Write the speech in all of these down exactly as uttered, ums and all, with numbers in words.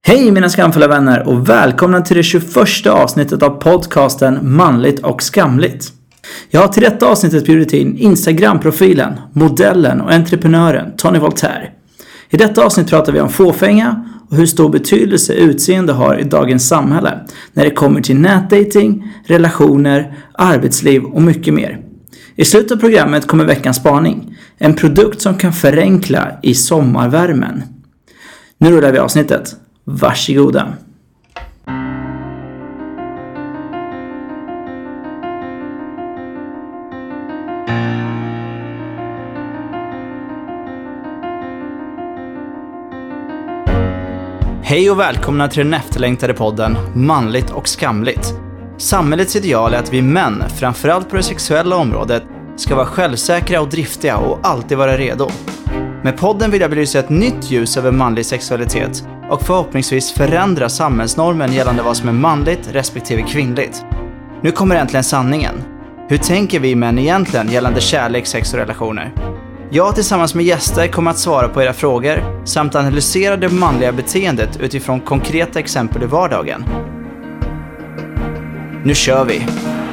Hej mina skamfulla vänner och välkomna till det tjugoförsta avsnittet av podcasten Manligt och skamligt. Jag har till detta avsnittet bjudit in Instagram-profilen, modellen och entreprenören Tony Voltaire. I detta avsnitt pratar vi om fåfänga och hur stor betydelse utseende har i dagens samhälle när det kommer till nätdating, relationer, arbetsliv och mycket mer. I slutet av programmet kommer veckans spaning, en produkt som kan förenkla i sommarvärmen. Nu rullar vi avsnittet. Varsågoda. Hej och välkomna till den efterlängtade podden Manligt och skamligt. Samhällets ideal är att vi män, framförallt på det sexuella området, ska vara självsäkra och driftiga och alltid vara redo. Med podden vill jag belysa ett nytt ljus över manlig sexualitet och förhoppningsvis förändra samhällsnormen gällande vad som är manligt respektive kvinnligt. Nu kommer äntligen sanningen. Hur tänker vi män egentligen gällande kärlek, sex och relationer? Jag tillsammans med gäster kommer att svara på era frågor samt analysera det manliga beteendet utifrån konkreta exempel i vardagen. Nu kör vi!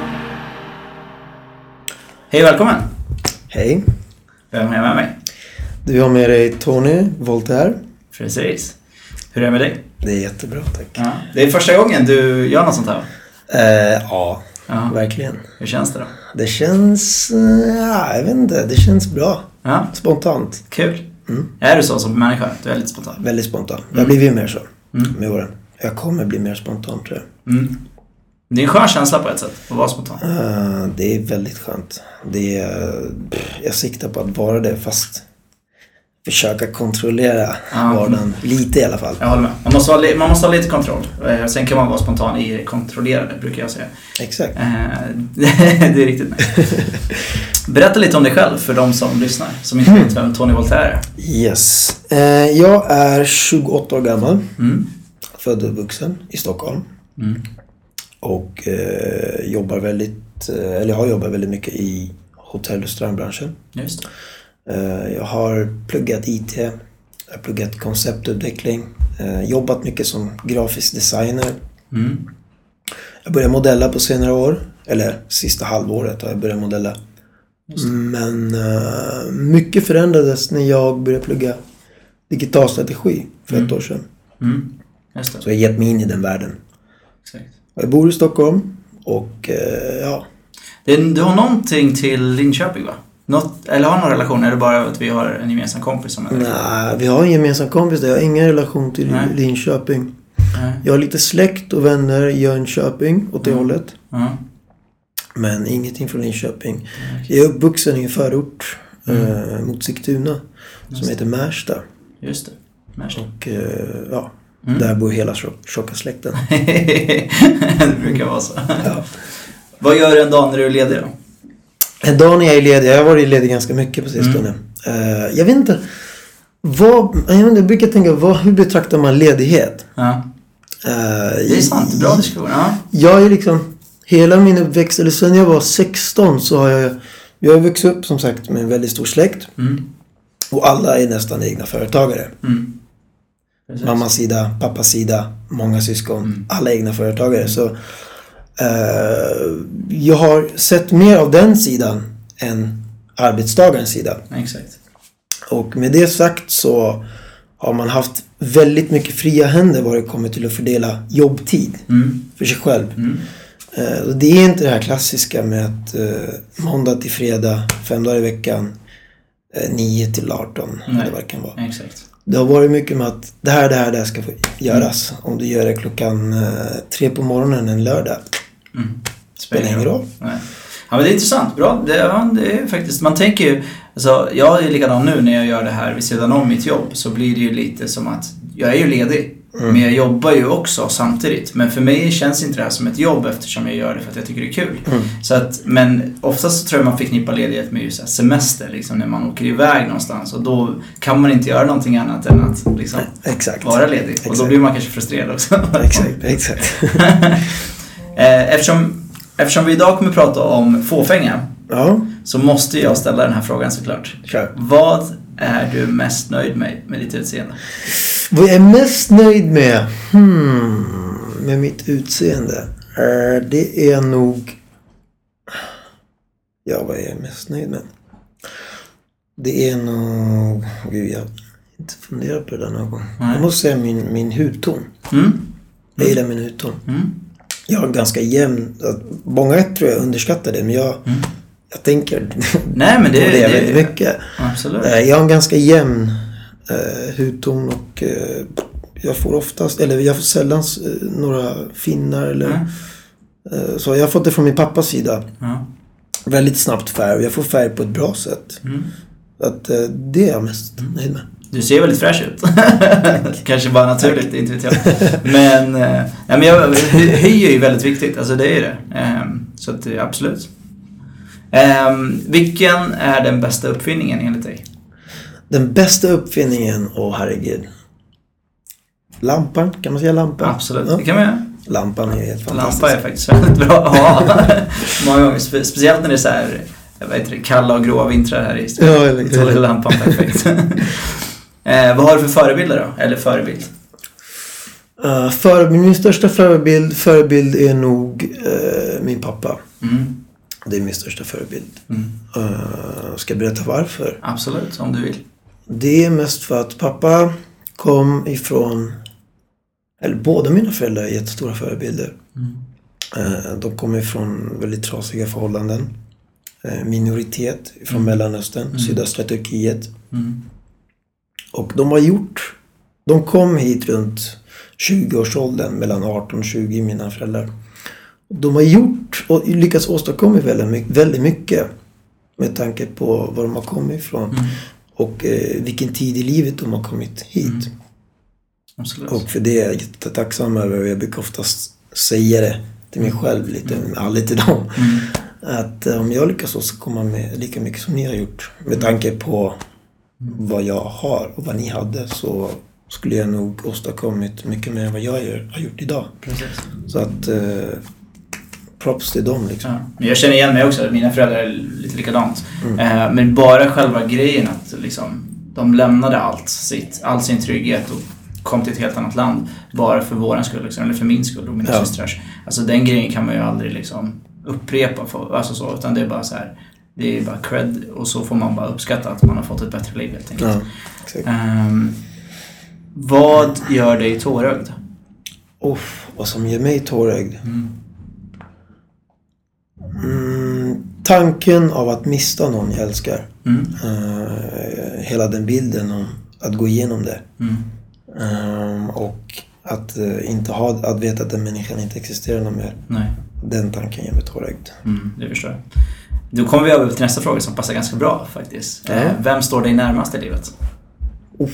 Hej och välkommen! Hej! Vem har jag med mig? Du har med dig Tony Voltaire. Precis. Hur är det med dig? Det är jättebra, tack. Ja. Det är första gången du gör något sånt här? Eh, ja, ja, verkligen. Hur känns det då? Det känns, ja, jag vet inte, det känns bra. Ja. Spontant. Kul. Mm. Är du så som människa? Du är lite spontan? Väldigt spontan. Jag har blivit mer så Mm. med åren. Jag kommer bli mer spontan, tror jag. Mm. Det är en skön känsla på ett sätt att vara spontan. Uh, det är väldigt skönt. Det är, jag siktar på att vara det, fast försöka kontrollera Ja. vardagen lite i alla fall. Jag håller med. Man måste ha, li- man måste ha lite kontroll. Eh, Sen kan man vara spontan i det kontrollerade, brukar jag säga. Exakt. Eh, det är riktigt nice. Berätta lite om dig själv för de som lyssnar, som inte vet vem Tony Voltaire är. Yes. Uh, jag är tjugoåtta år gammal. Mm. Född och vuxen i Stockholm. Mm. Och eh, jobbar väldigt, eh, eller har jobbat väldigt mycket i hotell- och restaurangbranschen. Just det. Eh, jag har pluggat I T, jag har pluggat konceptutveckling, eh, jobbat mycket som grafisk designer. Mm. Jag började modella på senare år, eller sista halvåret har jag börjat modella. Just det. Men eh, mycket förändrades när jag började plugga digital strategi för Mm. ett år sedan. Mm. Just det. Så jag har gett mig in i den världen. Exakt. Jag bor i Stockholm och eh, ja... Det är, du har någonting till Linköping, va? Något, eller har någon relation? Är det bara att vi har en gemensam kompis som är där? Nej, vi har en gemensam kompis där. Jag har ingen relation till Nej. Linköping. Nej. Jag har lite släkt och vänner i Jönköping åt det Mm. hållet. Ja. Men ingenting från Linköping. Mm. Jag är uppvuxen i en förort Mm. eh, mot Sigtuna Just som det. heter Märsta. Just det. Märsta. Och eh, ja, Mm. där bor hela tjock- tjocka släkten. Det brukar vara så. Ja. Vad gör du en dag när du är ledig då? En dag när jag är ledig, jag har varit ledig ganska mycket på sistone. Mm. Eh, jag vet inte, vad, jag, vet inte, jag brukar tänka, vad, hur betraktar man ledighet? Ja. Eh, Det är sant, bra diskussion. Ja. Jag är liksom, hela min uppväxt, eller sen jag var sexton så har jag, jag har vuxit upp som sagt med en väldigt stor släkt. Mm. Och alla är nästan egna företagare. Mm. Precis. Mammas sida, pappas sida, många syskon, Mm. alla egna företagare. Så eh, jag har sett mer av den sidan än arbetstagarens sida. Exakt. Och med det sagt så har man haft väldigt mycket fria händer vad det kommer till att fördela jobbtid Mm. för sig själv. Mm. Eh, och det är inte det här klassiska med att eh, måndag till fredag, fem dagar i veckan, eh, nio till arton. Nej. Det verkar vara. Exakt. Det har varit mycket med att det här, det här, det här ska få göras. Om du gör det klockan eh, tre på morgonen en lördag. Mm. Spelar ingen roll. Nej. Ja, men det är intressant. Bra. Det, ja, det är faktiskt, man tänker ju, alltså, jag är likadan nu när jag gör det här vid sidan om mitt jobb, så blir det ju lite som att jag är ju ledig. Mm. Men jag jobbar ju också samtidigt. Men för mig känns inte det här som ett jobb eftersom jag gör det för att jag tycker det är kul. Mm. Så att, men oftast så tror jag man förknippar ledighet med just semester, liksom, när man åker iväg någonstans. Och då kan man inte göra någonting annat än att liksom, Exakt. vara ledig. Och Exakt. då blir man kanske frustrerad också. Exakt, exakt. Eh, Eftersom, eftersom vi idag kommer prata om fåfänga, Ja, så måste jag ställa den här frågan såklart. kör. Vad är du mest nöjd med, med ditt utseende? Vad jag är mest nöjd med? Hmm, med mitt utseende? Uh, det är nog... Ja, vad är jag mest nöjd med? Det är nog... Gud, jag har inte funderat på det där någon gång. Jag måste säga min, min hudton. Mm. Mm. Jag gillar min hudton. Mm. Jag har ganska jämn... Många tror jag underskattar det, men jag... Mm. Jag tänker Nej, men det, på det, det väldigt mycket. Absolut. Jag har en ganska jämn uh, hudton och uh, jag får oftast, eller jag får sällan uh, några finnar eller mm. uh, så jag har fått det från min pappas sida. Mm. Väldigt snabbt färg och jag får färg på ett bra sätt. Mm. Så att uh, det är jag mest mm. nöjd med. Du ser väldigt fräsch ut. Kanske bara naturligt, Tack. Inte vet jag. Men, uh, ja, men jag, hy är ju väldigt viktigt, alltså det är det. Um, så att absolut. Um, vilken är den bästa uppfinningen enligt dig? Den bästa uppfinningen, åh oh, herregud. Lampan, kan man säga lampan? Absolut, ja. Det kan man göra. Lampan är helt fantastisk. Lampa är faktiskt väldigt bra att ha. Många gånger, spe- speciellt när det är så här, jag vet inte, kalla och gråa vintrar här i Stockholm. Ja, eller, eller. Lampan perfekt. eh, vad har du för förebilder då? Eller förebild? Uh, för, min största förebild, förebild är nog uh, min pappa. Mm. Det är min största förebild. Mm. Uh, ska jag berätta varför? Absolut, om du vill. Det är mest för att pappa kom ifrån... Eller båda mina föräldrar är jättestora förebilder. Mm. Uh, de kommer ifrån väldigt trasiga förhållanden. Uh, minoritet från mm. Mellanöstern, mm. sydöstra Turkiet. Mm. Och de har gjort... De kom hit runt tjugo-årsåldern, mellan arton och tjugo, mina föräldrar. De har gjort och lyckats åstadkomma väldigt mycket, väldigt mycket med tanke på var de har kommit ifrån mm. och eh, vilken tid i livet de har kommit hit. Mm. Absolut. Och för det är jag jättetacksam över, och jag brukar oftast säga det till mig själv lite, mm. aldrig till dem. Mm. Att om jag lyckas åstadkomma med lika mycket som ni har gjort med tanke på mm. vad jag har och vad ni hade, så skulle jag nog åstadkommit mycket mer än vad jag gör, har gjort idag. Precis. Så att eh, props till dem liksom. Ja. Jag känner igen mig också, mina föräldrar är lite likadant. Mm. Eh, men bara själva grejen att liksom, de lämnade allt sitt, all sin trygghet och kom till ett helt annat land bara för våran skull, liksom, eller för min skull och mina ja. systrars. Alltså den grejen kan man ju aldrig liksom upprepa för, alltså så, utan det är bara så här, det är bara cred, och så får man bara uppskatta att man har fått ett bättre liv helt enkelt. Ja, exakt. Um, vad gör dig tårögd? Oh, vad som gör mig tårögd? Mm. Mm, tanken av att mista någon jag älskar. Mm. Uh, hela den bilden om att gå igenom det. Mm. Um, och att uh, inte ha, att veta att den människan inte existerar någon mer. Nej. Den tanken gör mig tårögd. Mm, det förstår jag. Då kommer vi över till nästa fråga som passar ganska bra faktiskt. Mm. Uh, vem står dig närmast i livet? Oh.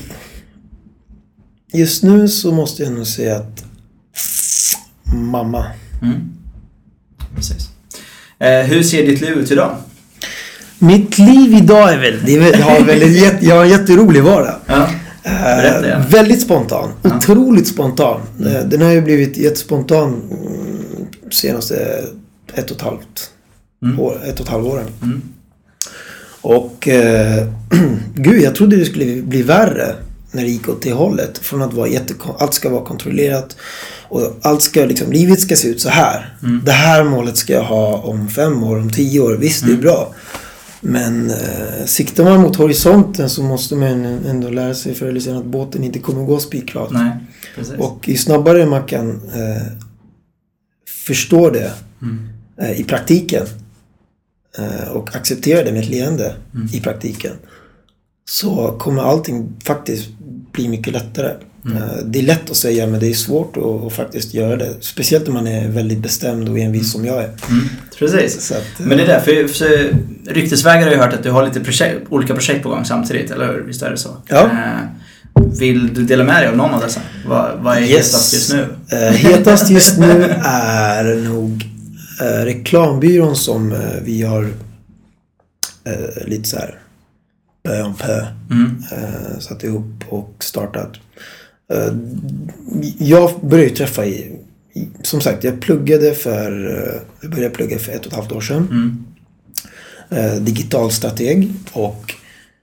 Just nu så måste jag nog säga att mamma. Mm. Precis. Eh, hur ser ditt liv ut idag? Mitt liv idag är väl, det är, jag har väldigt, jag har en jätterolig vardag. Ja. Eh, väldigt spontan, ja. Otroligt spontan. Mm. Eh, den har ju blivit jättespontan senaste ett och ett halvt mm. år, ett och ett halvt åren. Mm. Och eh, gud, jag trodde det skulle bli värre när det gick åt det hållet. Från att vara jätte, allt ska vara kontrollerat och allt ska liksom, livet ska se ut så här. Mm. Det här målet ska jag ha om fem år, om tio år. Visst, mm. det är bra. Men eh, siktar man mot horisonten så måste man ändå lära sig för eller att båten inte kommer gå spikklart. Nej, precis. Och ju snabbare man kan eh, förstå det mm. eh, i praktiken eh, och acceptera det med ett leende mm. i praktiken, så kommer allting faktiskt bli mycket lättare. Mm. Uh, det är lätt att säga, men det är svårt att, att faktiskt göra det. Speciellt om man är väldigt bestämd och envis mm. som jag är. Mm. Precis. Så att, uh, men det är därför, för ryktesvägar har jag hört att du har lite projekt, olika projekt på gång samtidigt, eller hur? Visst är det så? Ja. Uh, vill du dela med dig av någon av dessa? Vad, vad är yes. hetast just nu? Uh, hetast just nu är nog uh, reklambyrån som uh, vi har uh, lite så här pö om pö mm. uh, satt ihop och startat. Uh, jag började träffa i, i, som sagt, jag pluggade för uh, jag började plugga för ett och ett halvt år sedan. Mm. Uh, digital strateg, och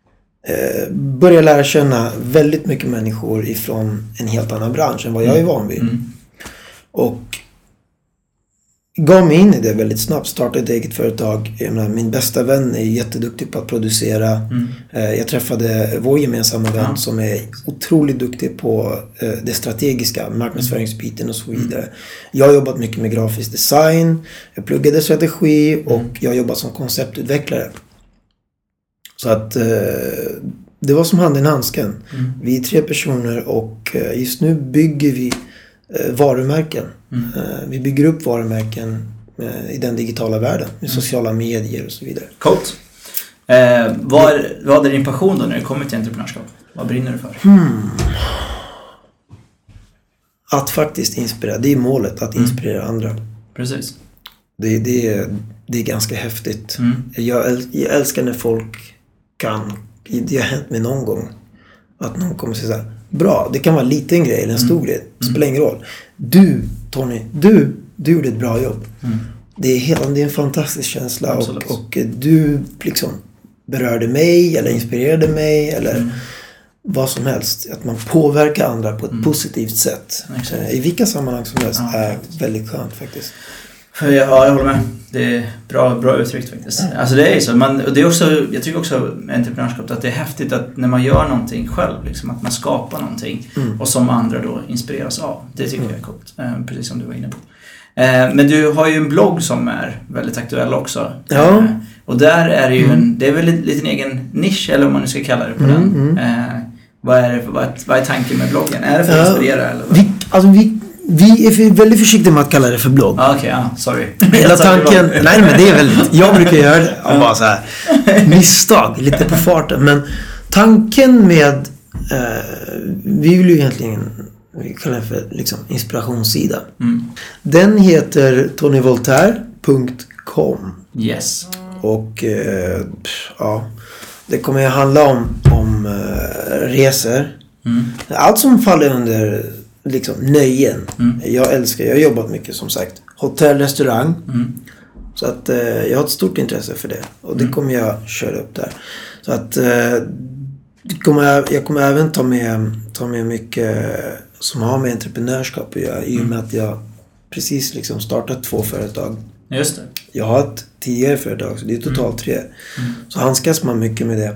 eh, började lära känna väldigt mycket människor ifrån en helt annan bransch än vad jag är van vid. Mm. Och gav mig in i det väldigt snabbt. Startade ett eget företag. Jag menar, min bästa vän är jätteduktig på att producera. Mm. Jag träffade vår gemensamma vän ja. som är otroligt duktig på det strategiska, marknadsföringsbiten och så vidare. Mm. Jag har jobbat mycket med grafisk design. Jag pluggade strategi mm. och jag jobbar som konceptutvecklare. Så att det var som hand i handsken. Mm. Vi är tre personer och just nu bygger vi varumärken. Mm. Vi bygger upp varumärken i den digitala världen. Med mm. sociala medier och så vidare. Coolt. Eh, vad, är, vad är din passion då när det kommer till entreprenörskap? Vad brinner du för? Hmm. Att faktiskt inspirera. Det är målet. Att inspirera mm. andra. Precis. Det, det, är, det är ganska häftigt. Mm. Jag, äl, jag älskar när folk kan. Det har hänt mig någon gång. Att någon kommer säga så här. Bra, det kan vara en liten grej eller en stor mm. grej. Det spelar ingen roll. Du, Tony, du, du gjorde ett bra jobb. Mm. Det är hela, det är en fantastisk känsla. Och, och du liksom berörde mig eller inspirerade mig eller mm. vad som helst. Att man påverkar andra på ett mm. positivt sätt. Exakt. I vilka sammanhang som helst ja, är faktiskt. Väldigt skönt faktiskt. Ja, jag håller med. Det är bra, bra uttryckt faktiskt. Mm. Alltså det är så. Man, och det är också, jag tycker också med entreprenörskap att det är häftigt att när man gör någonting själv, liksom, att man skapar någonting mm. och som andra då inspireras av. Det tycker mm. jag är coolt. Eh, precis som du var inne på. Eh, men du har ju en blogg som är väldigt aktuell också. Ja. Eh, och där är det ju mm. en, det är väl en liten egen nisch, eller om man nu ska kalla det på mm. den. Eh, vad, är det för, vad, är, vad är tanken med bloggen? Är det för att inspirera? Ja. Eller vad? Vi, alltså vi Vi är väldigt försiktiga med att kalla det för blogg. Ah, okej, okay, ah, sorry. Hela tanken, nej men det är väldigt, jag brukar göra det, och bara så här, misstag, lite på farten. Men tanken med, eh, vi vill ju egentligen, vi kallar det för liksom inspirationssida. Mm. Den heter tony voltaire punkt com. Yes. Och eh, ja, det kommer att handla om, om eh, resor. Mm. Allt som faller under liksom nöjen. Mm. Jag älskar, jag har jobbat mycket som sagt. Hotell, restaurang. Mm. Så att eh, jag har ett stort intresse för det. Och det mm. kommer jag köra upp där. Så att eh, kommer jag, jag kommer även ta med, ta med mycket som har med entreprenörskap att göra. I och med att jag precis liksom startat två företag. Just det. Jag har ett tidigare företag, så det är totalt tre. Mm. Så handskas man mycket med det.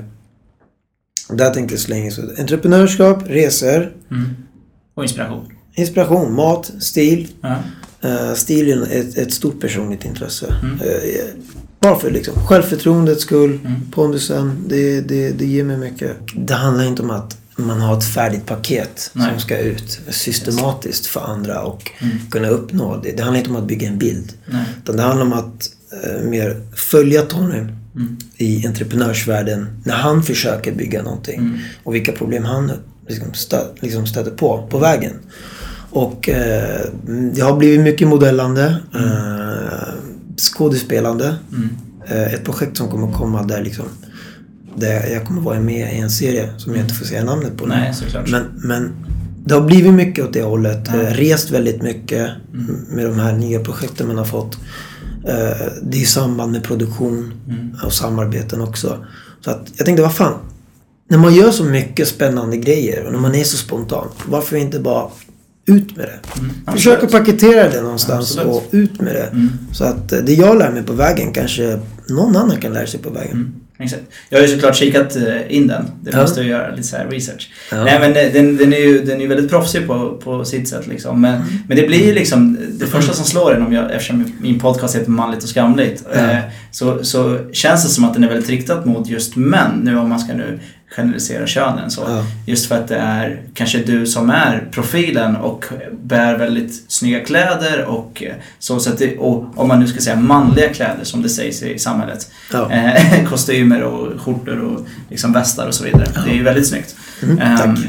Och där tänkte jag slänga så. Entreprenörskap, resor. Mm. Och inspiration. Inspiration, mat, stil. Ja. Uh, stilen är ett, ett stort personligt intresse. Mm. Uh, bara för liksom, självförtroendets skull, mm. pondusen, det, det, det ger mig mycket. Det handlar inte om att man har ett färdigt paket Nej. som ska ut systematiskt för andra och mm. kunna uppnå det. Det handlar inte om att bygga en bild. Nej. Utan det handlar om att uh, mer följa Tony mm. i entreprenörsvärlden när han försöker bygga någonting. Mm. Och vilka problem han liksom, stö, liksom stöter på på vägen. Och eh, det har blivit mycket modellande, mm. eh, skådespelande. Mm. Eh, ett projekt som kommer komma där liksom, där jag kommer vara med i en serie som jag inte får säga namnet på. Nej, såklart. Men, men det har blivit mycket åt det hållet. Ja. Eh, rest väldigt mycket mm. med de här nya projekten man har fått. Eh, det är i samband med produktion mm. och samarbeten också. Så att jag tänkte, vad fan, när man gör så mycket spännande grejer och när man är så spontan, varför inte bara ut med det? Mm, Försöka paketera det någonstans absolut. Och ut med det. Mm. Så att det jag lär mig på vägen kanske någon annan kan lära sig på vägen. Mm, exakt. Jag har ju såklart kikat in den. Det ja. måste jag göra lite så här research. Ja. Nej, men den, den är ju den är väldigt proffsig på, på sitt sätt liksom. Men, mm. men det blir ju liksom det första som slår en, om jag, eftersom min podcast heter Manligt och skamligt. Ja. Eh, så, så känns det som att den är väldigt riktad mot just män. Nu om man ska nu generalisera könen så. Ja. Just för att det är kanske du som är profilen och bär väldigt snygga kläder och så, så att det, och om man nu ska säga manliga kläder som det sägs i samhället. Ja. Eh, kostymer och skjortor och liksom västar och så vidare. Ja. Det är ju väldigt snyggt. Mm, tack. Um,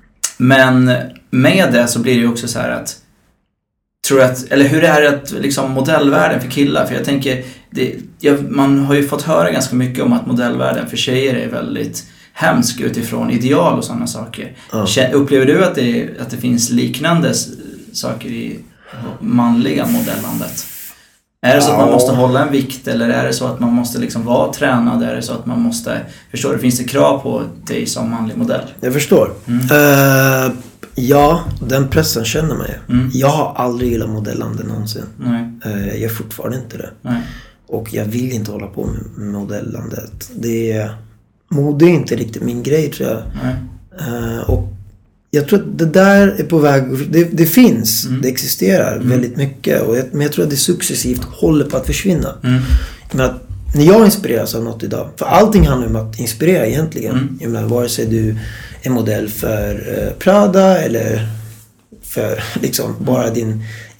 men med det så blir det ju också så här att tror att, eller hur är det att liksom modellvärlden för killar, för jag tänker det, jag, man har ju fått höra ganska mycket om att modellvärlden för tjejer är väldigt hemsk utifrån ideal och sådana saker. Ja. Upplever du att det, att det finns liknande saker i manliga modellandet? Är det så att man måste hålla en vikt, eller är det så att man måste liksom vara tränad? Är det så att man måste, förstår du, finns det krav på dig som manlig modell? Jag förstår. Mm. Uh, ja, den pressen känner man ju. Mm. Jag har aldrig gillat modellande någonsin. Nej. Uh, jag är fortfarande inte det. Nej. Och jag vill inte hålla på med modellandet. Det är, mode är inte riktigt min grej, tror jag. Nej. Uh, och jag tror att det där är på väg. Det, det finns, mm. det existerar mm. väldigt mycket. Och jag, men jag tror att det successivt håller på att försvinna. Mm. Men att när jag inspireras av något idag. För allting handlar om att inspirera egentligen. Mm. Jag menar, vare sig du är modell för eh, Prada eller för liksom mm. bara din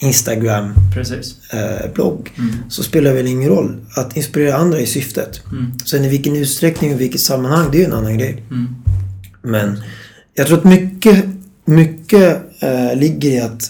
Instagram-blogg. Eh, mm. Så spelar det väl ingen roll. Att inspirera andra i syftet. Mm. Sen i vilken utsträckning och vilket sammanhang, det är ju en annan grej. Mm. Men jag tror att mycket, mycket äh, ligger i att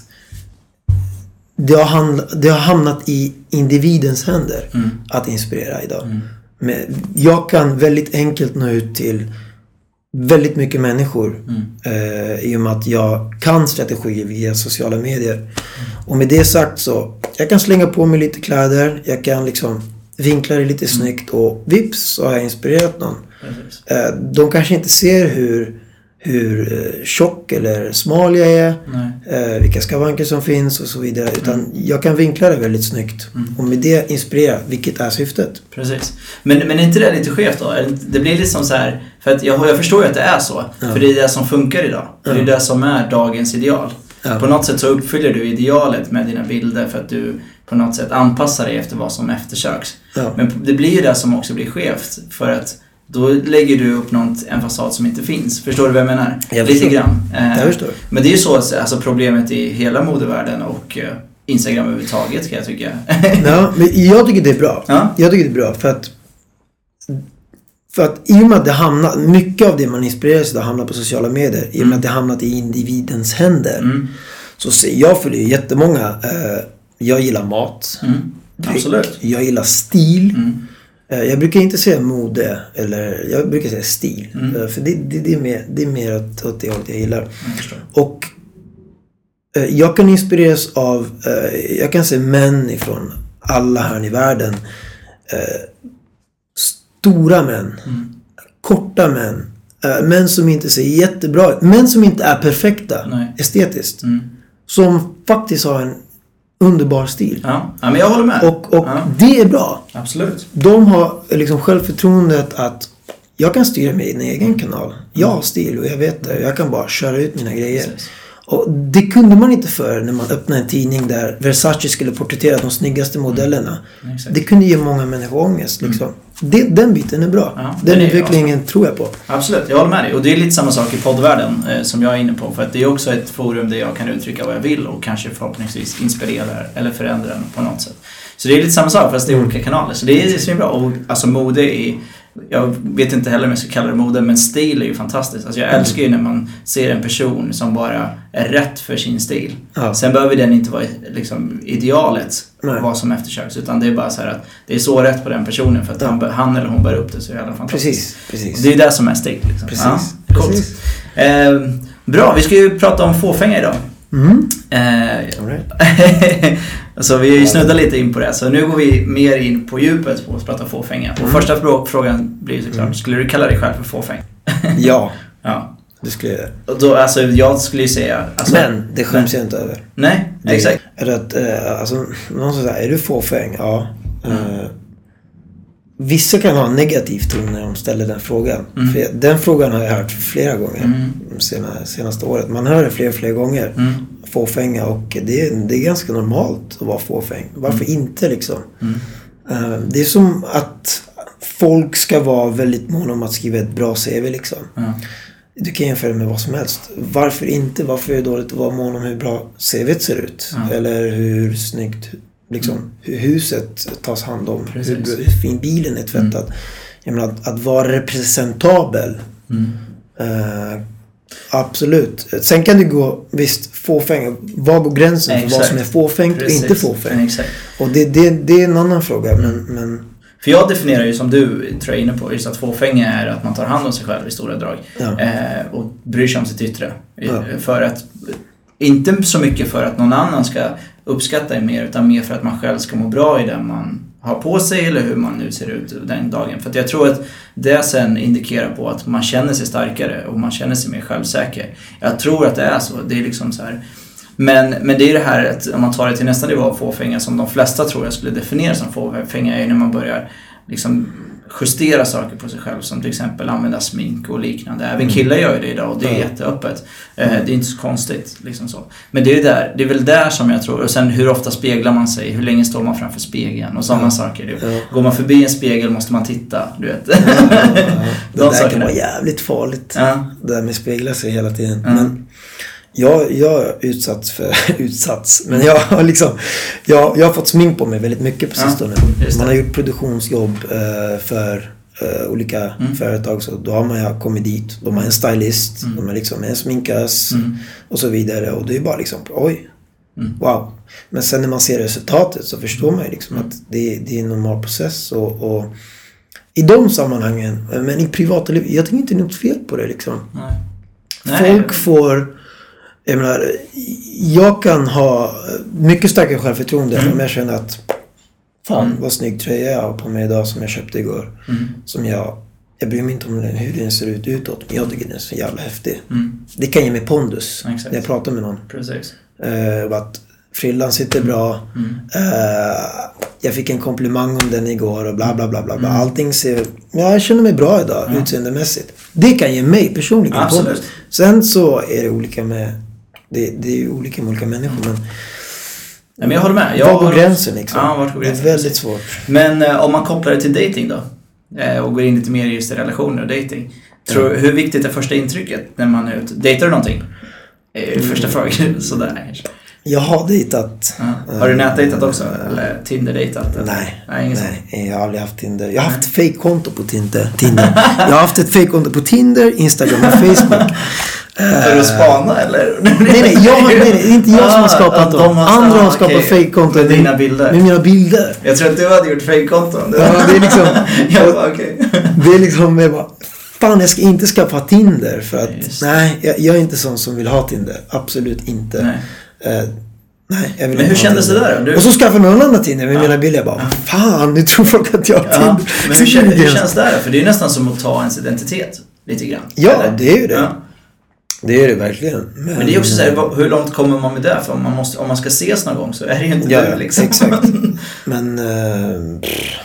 det har, handl- det har hamnat i individens händer mm. att inspirera idag. Mm. Men jag kan väldigt enkelt nå ut till väldigt mycket människor mm. äh, i och med att jag kan strategier via sociala medier. Mm. Och med det sagt så, jag kan slänga på mig lite kläder, jag kan liksom vinkla det lite mm. snyggt och vips så har jag inspirerat någon. Äh, de kanske inte ser hur hur eh, tjock eller smal jag är, eh, vilka skavanker som finns och så vidare. Utan mm. jag kan vinkla det väldigt snyggt. Mm. Och med det inspirera, vilket är syftet. Precis. Men, men är inte det lite skevt då? Det blir liksom så här, för att jag, jag förstår ju att det är så. Ja. För det är det som funkar idag. För ja. Det är det som är dagens ideal. Ja. På något sätt så uppfyller du idealet med dina bilder för att du på något sätt anpassar dig efter vad som eftersöks. Ja. Men det blir ju det som också blir skevt. För att då lägger du upp något, en fasad som inte finns. Förstår du vad jag menar? Jag Lite grann. Eh, jag förstår. Men det är ju så alltså, problemet i hela modevärlden och eh, Instagram överhuvudtaget, kan jag tycka. Ja, men jag tycker det är bra. Ja? Jag tycker det är bra för att för att i och med att det hamnar, mycket av det man inspireras av hamnar på sociala medier, i och med mm. att det hamnat i individens händer. Mm. Så ser jag för det jättemånga. Eh, jag gillar mat. Mm. Absolut. Jag, jag gillar stil. Mm. Jag brukar inte säga mode, eller jag brukar säga stil. Mm. För det, det, det, är mer, det är mer åt, åt det hållet jag gillar. Jag och eh, jag kan inspireras av, eh, jag kan se män ifrån alla hörn i världen. Eh, stora män, mm. korta män, eh, män som inte ser jättebra ut, män som inte är perfekta. Nej. Estetiskt. Mm. Som faktiskt har en underbar stil. Ja, ja men jag håller med. Och, och ja. det är bra. Absolut. De har liksom självförtroendet att jag kan styra min egen kanal. Jag har stil och jag vet det. Jag kan bara köra ut mina grejer. Precis. Och det kunde man inte för när man öppnade en tidning där Versace skulle porträttera de snyggaste modellerna. Mm. Det kunde ge många människor ångest. Liksom. Mm. Det, den biten är bra. Ja, den är utvecklingen bra. Tror jag på. Absolut, jag håller med dig. Och det är lite samma sak i poddvärlden eh, som jag är inne på. För att det är också ett forum där jag kan uttrycka vad jag vill och kanske förhoppningsvis inspirera eller förändra den på något sätt. Så det är lite samma sak fast det är olika kanaler. Så det är, det är bra. Och alltså mode är... Jag vet inte heller om jag ska kalla det mode, men stil är ju fantastiskt. Alltså jag älskar ju när man ser en person som bara är rätt för sin stil. Ja. Sen behöver den inte vara liksom idealet Nej. Vad som eftersöks, utan det är bara så här att det är så rätt på den personen för att ja. han, han eller hon bär upp det så jävla fantastiskt. Precis, precis. Det är det som är stil. Liksom. Precis. Ja, coolt. Precis. Eh, bra, vi ska ju prata om fåfänga idag. Mm. Eh, right. Så vi har ju snuddat lite in på det. Så nu går vi mer in på djupet på att prata fåfänga. Och mm. första frågan blir såklart, mm. skulle du kalla dig själv för fåfäng? Ja. Ja. Det skulle jag. Och då, alltså, jag skulle ju säga... Alltså, men det skäms jag inte över. Nej, det, exakt. Är det att, äh, alltså, någon som säger, är du fåfäng? Ja. Mm. Uh, vissa kan ha en negativ ton när de ställer den frågan. Mm. För den frågan har jag hört flera gånger mm. senaste, senaste året. Man hör det fler och fler gånger. Mm. Fåfänga, och det är, det är ganska normalt att vara fåfäng. Varför mm. inte liksom? Mm. Uh, det är som att folk ska vara väldigt måna om att skriva ett bra C V liksom. Mm. Du kan jämföra med vad som helst. Varför inte? Varför är det dåligt att vara mån om hur bra C V:t ser ut? Mm. Eller hur snyggt liksom, mm. hur huset tas hand om. Hur, hur fin bilen är tvättad. Mm. Jag menar, att, att vara representabel. Mm. Uh, absolut. Sen kan det gå, visst, fåfäng. Var går gränsen för vad som är fåfängt och inte fåfängt? Och det, det, det är en annan fråga. Mm. Men, men för jag definierar ju som du tror jag inne på, just att fåfänga är att man tar hand om sig själv i stora drag. Ja. Eh, och bryr sig om sitt yttre. Ja. För att, inte så mycket för att någon annan ska uppskatta det mer, utan mer för att man själv ska må bra i den man har på sig eller hur man nu ser ut den dagen. För att jag tror att det sen indikerar på att man känner sig starkare och man känner sig mer självsäker. Jag tror att det är så. Det är liksom så här. Men, men det är det här att om man tar det till nästa nivå av fåfänga som de flesta tror jag skulle definiera som fåfänga är när man börjar liksom justera saker på sig själv, som till exempel använda smink och liknande. Även killar gör det idag och det är jätteöppet. Det är inte så konstigt liksom så. Men det är, där, det är väl där som jag tror. Och sen hur ofta speglar man sig, hur länge står man framför spegeln och sådana ja. saker. Ja. Går man förbi en spegel måste man titta, du vet. Ja, ja, ja. Det De där kan vara jävligt farligt. Ja. Det där med spegla sig hela tiden. Ja. Men jag, jag är utsatts för utsats. Men jag har liksom jag, jag har fått smink på mig väldigt mycket på sistone. Ja, man har gjort produktionsjobb uh, för uh, olika mm. företag, så då har man ju kommit dit. De har en stylist, mm. de har liksom en sminkas mm. och så vidare. Och det är bara liksom, oj, mm. wow. Men sen när man ser resultatet så förstår man ju liksom mm. att det, det är en normal process. Och, och i de sammanhangen, men i privata liv, jag tänker inte något fel på det liksom. Nej. Folk Nej. får... Jag menar, jag kan ha mycket starkare självförtroende mm. om jag känner att fan mm. vad snygg tröja jag har på mig idag som jag köpte igår. Mm. Som jag, jag bryr mig inte om hur den ser ut utåt, men jag tycker den är så jävla häftig. Mm. Det kan ge mig pondus Exakt. när jag pratar med någon. Precis. Uh, att frillan sitter bra. Mm. Uh, jag fick en komplimang om den igår och bla bla bla bla. Mm. Allting ser... Ja, jag känner mig bra idag mm. utseendemässigt. Det kan ge mig personligen Absolut. pondus. Sen så är det olika med... Det, det är ju olika med olika människor, men... Ja, men jag håller med. Jag var på har... gränsen liksom. Ja, var på gränsen. Det är väldigt svårt. Men eh, om man kopplar det till dating då, eh, och går in lite mer just i relationer och dating. Tror, mm. Hur viktigt är första intrycket när man är ute? Dejtar du någonting? Eh, första mm. frågan, sådär. Jag har dejtat. Ja. Har du nätdejtat också? Eller Tinder-dejtat? Nej, nej, nej, jag har aldrig haft Tinder. Jag har haft fake-konto på Tinder. Tinder. Jag har haft ett fake-konto på Tinder, Instagram och Facebook. För att spana eller? Nej, nej, jag, nej, nej, det är inte jag som har skapat dem. De har, Andra har skapat okay. fake-konton med dina bilder. Med mina bilder. Jag tror att du hade gjort fake-konton. Ja, det är liksom... jag bara, okay. Det är liksom... Jag bara, fan, jag ska inte skaffa Tinder. För att, nej, jag, jag är inte sån som vill ha Tinder. Absolut inte. Nej. Uh, nej jag vill men hur kändes det där då? Du... Och så skaffade någon annan Tinder med ja. mina bilder. Jag bara, ja. fan, nu tror folk att jag har Tinder. Ja. Men hur, känns, hur känns det där då? För det är ju nästan som att ta ens identitet. Lite grann. Ja, eller? Det är ju det. Ja. Det är det verkligen. Men, men det är också så här, hur långt kommer man med det? För om man, måste, om man ska ses någon gång så är det ju inte ja, det liksom. Exakt. Men uh,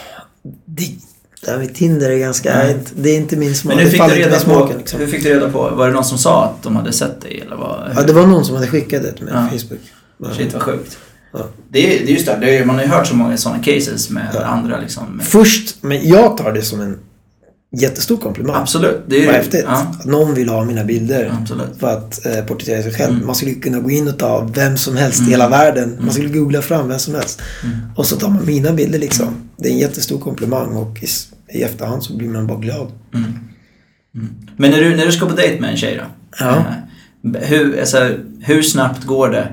det, det här med Tinder är ganska... Mm. Det är inte min smak. Men hur fick, du reda på, liksom. hur fick du reda på? Var det någon som sa att de hade sett dig? Eller vad, ja, det var någon som hade skickat det till mig på ja. Facebook. Ja. Shit, vad sjukt. Ja. Det, är, det är just det, det är, man har ju hört så många sådana cases med ja. andra liksom. Med... Först, men jag tar det som en jättestor komplimang. Absolut. Det är vad häftigt. Ja. Att någon vill ha mina bilder. Absolut. För att eh, porträttera sig själv. Mm. Man skulle kunna gå in och ta vem som helst mm. i hela världen. Man skulle googla fram vem som helst. Mm. Och så tar man mina bilder liksom. Mm. Det är en jättestor komplimang. Och i, i efterhand så blir man bara glad. Mm. Mm. Men när du, när du ska på dejt med en tjej då? Ja. Eh, hur, alltså, hur snabbt går det?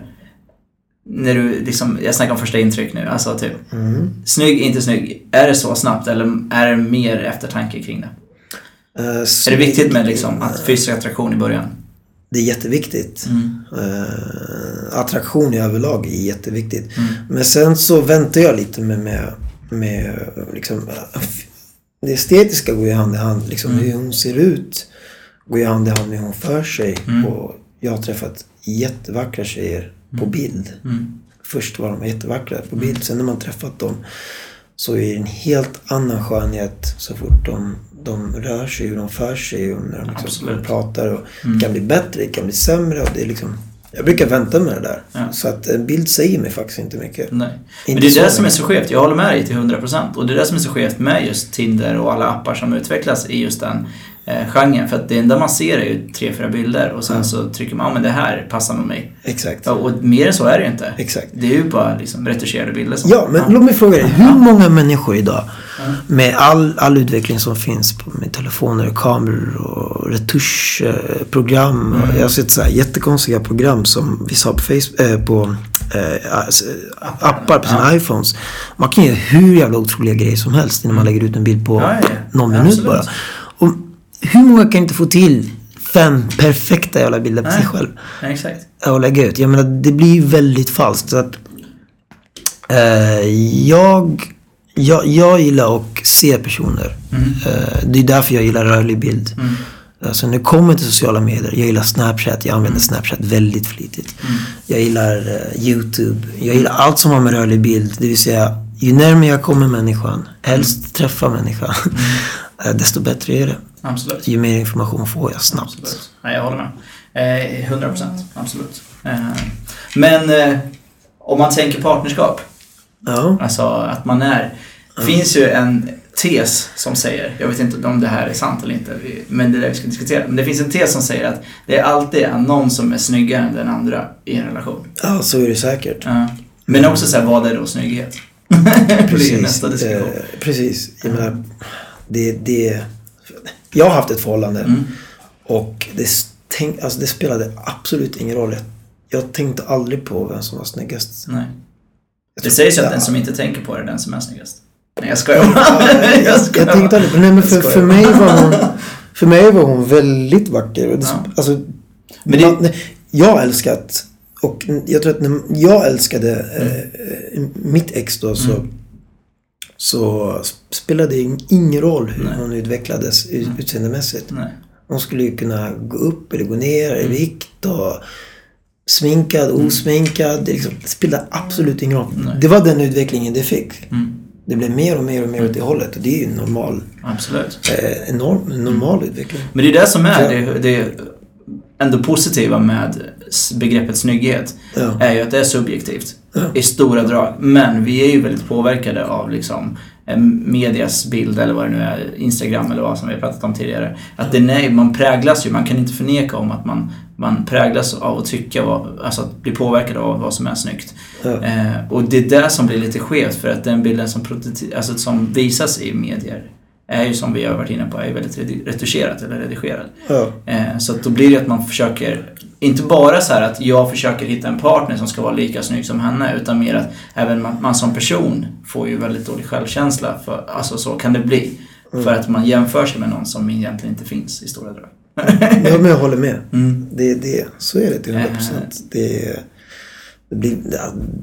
När du liksom, jag snackar om första intryck nu. Alltså typ, mm. snygg, inte snygg. Är det så snabbt eller är det mer eftertanke kring det? Uh, är det viktigt med liksom, att fysisk attraktion i början? Det är jätteviktigt. Mm. Uh, attraktion i överlag är jätteviktigt. Mm. Men sen så väntar jag lite med, med, med liksom, det estetiska går ju hand i hand. Liksom, mm. hur hon ser ut går ju hand i hand med hur hon för sig. Mm. Och jag har träffat jättevackra tjejer på bild. Mm. Först var de jättevackra på bild. Sen när man träffat dem så är det en helt annan skönhet så fort de, de rör sig, hur de för sig och när de liksom pratar. Och mm. det kan bli bättre, det kan bli sämre. Och det är liksom, jag brukar vänta med det där. Ja. Så att en bild säger mig faktiskt inte mycket. Nej. Inte men det är det som är så skevt. Jag håller med dig till hundra procent. Och det är det som är så skevt med just Tinder och alla appar som utvecklas i just den eh, genren. För att det enda man ser är ju tre, fyra bilder. Och sen mm. så trycker man, ja men det här passar med mig. Exakt. Ja, och mer än så är det ju inte. Exakt. Det är ju bara liksom retuscherade bilder. Som, ja, men ja. låt mig fråga dig. Hur många människor idag mm. med all, all utveckling som finns på, med telefoner och kameror och retuschprogram. Mm. Jag har sett så här jättekonstiga program som vi sa på Facebook, äh, på äh, appar på sina ja. iPhones. Man kan göra hur jävla otroliga grejer som helst innan man lägger ut en bild på ja, ja. någon minut Absolut. bara. Och hur många kan inte få till fem perfekta jävla bilder på Nej. sig själv? Ja, exakt. Och lägga ut. Jag menar, det blir väldigt falskt. Så att Uh, jag, jag, jag gillar att se personer. Mm. Uh, det är därför jag gillar rörlig bild. Mm. Alltså när det kommer till sociala medier, jag gillar Snapchat, jag använder Snapchat väldigt flitigt. Mm. Jag gillar uh, YouTube, jag gillar allt som har med rörlig bild. Det vill säga, ju närmare jag kommer människan, helst mm. träffa människan, mm. uh, desto bättre är det. Absolut. Ju mer information får jag snabbt. Absolut. Ja, jag håller med. Eh, hundra procent, absolut. Eh, men eh, om man tänker partnerskap, ja. Alltså att man är, ja. Finns ju en tes som säger, jag vet inte om det här är sant eller inte, men det är det vi ska diskutera, men det finns en tes som säger att det är alltid någon som är snyggare än den andra i en relation. Ja, så är det säkert. Ja. Men också så här, vad är då snygghet? Precis, det är nästa diskussion. Eh, precis, jag menar, det, det, jag har haft ett förhållande mm. och det, tänk, alltså det spelade absolut ingen roll. Jag tänkte aldrig på vem som var snyggast. Nej. Det sägs ju att den som inte tänker på det är den som är snyggast. Nej, jag skojar. jag, jag, jag tänkte aldrig på det. Men för, för, mig var hon, för mig var hon väldigt vacker. Det, ja. Alltså, men det... man, jag älskat och jag tror att när jag älskade mm. eh, mitt ex då så, mm. så spelade det ingen roll hur Nej. hon utvecklades mm. utseendemässigt. Nej. Hon skulle ju kunna gå upp eller gå ner i mm. vikt och sminkad, osminkad. Det, liksom, det spelade absolut ingen roll. Nej. Det var den utvecklingen det fick. Mm. Det blev mer och mer och mer åt det hållet. Och det är ju normal. Absolut. Eh, enorm, normal mm. utveckling. Men det är det som är det, det ändå positiva med begreppet snygghet. Ja. Är ju att det är subjektivt. Ja. I stora drag. Men vi är ju väldigt påverkade av liksom medias bild eller vad det nu är, Instagram eller vad som vi har pratat om tidigare. Att det nej, man präglas ju, man kan inte förneka om att man, man präglas av att tycka, vad, alltså att bli påverkad av vad som är snyggt. Ja. Eh, och det är det som blir lite skevt, för att den bilden som, alltså, som visas i medier är ju, som vi har varit inne på, är väldigt retuscherat eller redigerad. Ja. Eh, så att då blir det att man försöker, inte bara så här att jag försöker hitta en partner som ska vara lika snygg som henne, utan mer att även man, man som person får ju väldigt dålig självkänsla, för, alltså så kan det bli. Mm. För att man jämför sig med någon som egentligen inte finns i stora drag. Ja, men jag håller med. Mm. Det, det, så är det till hundra procent. Det, det blir... Det,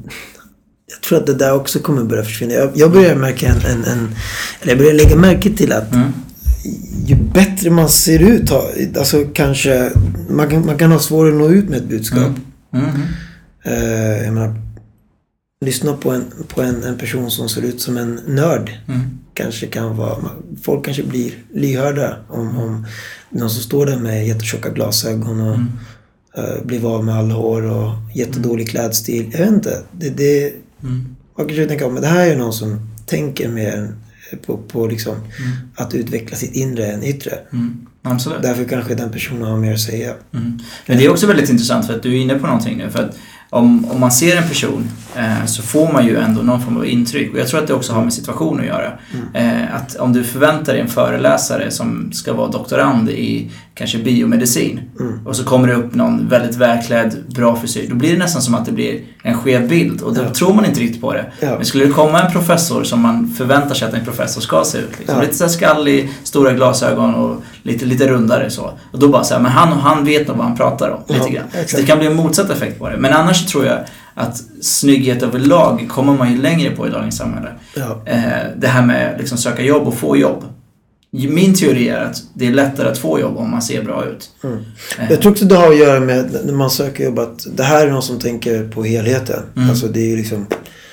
jag tror att det där också kommer börja försvinna. Jag, jag börjar märka en, en, en... Eller jag börjar lägga märke till att mm. ju bättre man ser ut, alltså kanske... Man kan, man kan ha svårare att nå ut med ett budskap. Mm. Mm. Uh, jag menar, lyssna på, en, på en, en person som ser ut som en nörd. Mm. Kanske kan vara... Folk kanske blir lyhörda om, om någon som står där med jättetjocka glasögon och mm. uh, blir av med all hår och jättedålig klädstil. Jag vet inte. Det, det, mm. Man kanske tänker om, men det här är någon som tänker mer på, på liksom mm. att utveckla sitt inre än yttre. Mm. Absolut. Därför kanske den personen har mer att säga. Mm. Men det är också väldigt intressant, för att du är inne på någonting nu. För att om, om man ser en person eh, så får man ju ändå någon form av intryck. Och jag tror att det också har med situation att göra. Mm. Eh, att om du förväntar dig en föreläsare som ska vara doktorand i kanske biomedicin. Mm. Och så kommer det upp någon väldigt välklädd, bra frisyr. Då blir det nästan som att det blir en skev bild. Och då ja. tror man inte riktigt på det. Ja. Men skulle det komma en professor som man förväntar sig att en professor ska se ut. Liksom, ja. Lite så skallig, stora glasögon och lite, lite rundare så. Och då bara så här, men han, han vet nog vad han pratar om. Lite ja, grann. Så det kan bli en motsatt effekt på det. Men annars tror jag att snygghet överlag kommer man ju längre på i dagens samhälle. Ja. Eh, det här med liksom söka jobb och få jobb. Min teori är att det är lättare att få jobb om man ser bra ut. Mm. Eh. Jag tror också det har att göra med när man söker jobb, att det här är någon som tänker på helheten. Mm. Alltså det är ju liksom,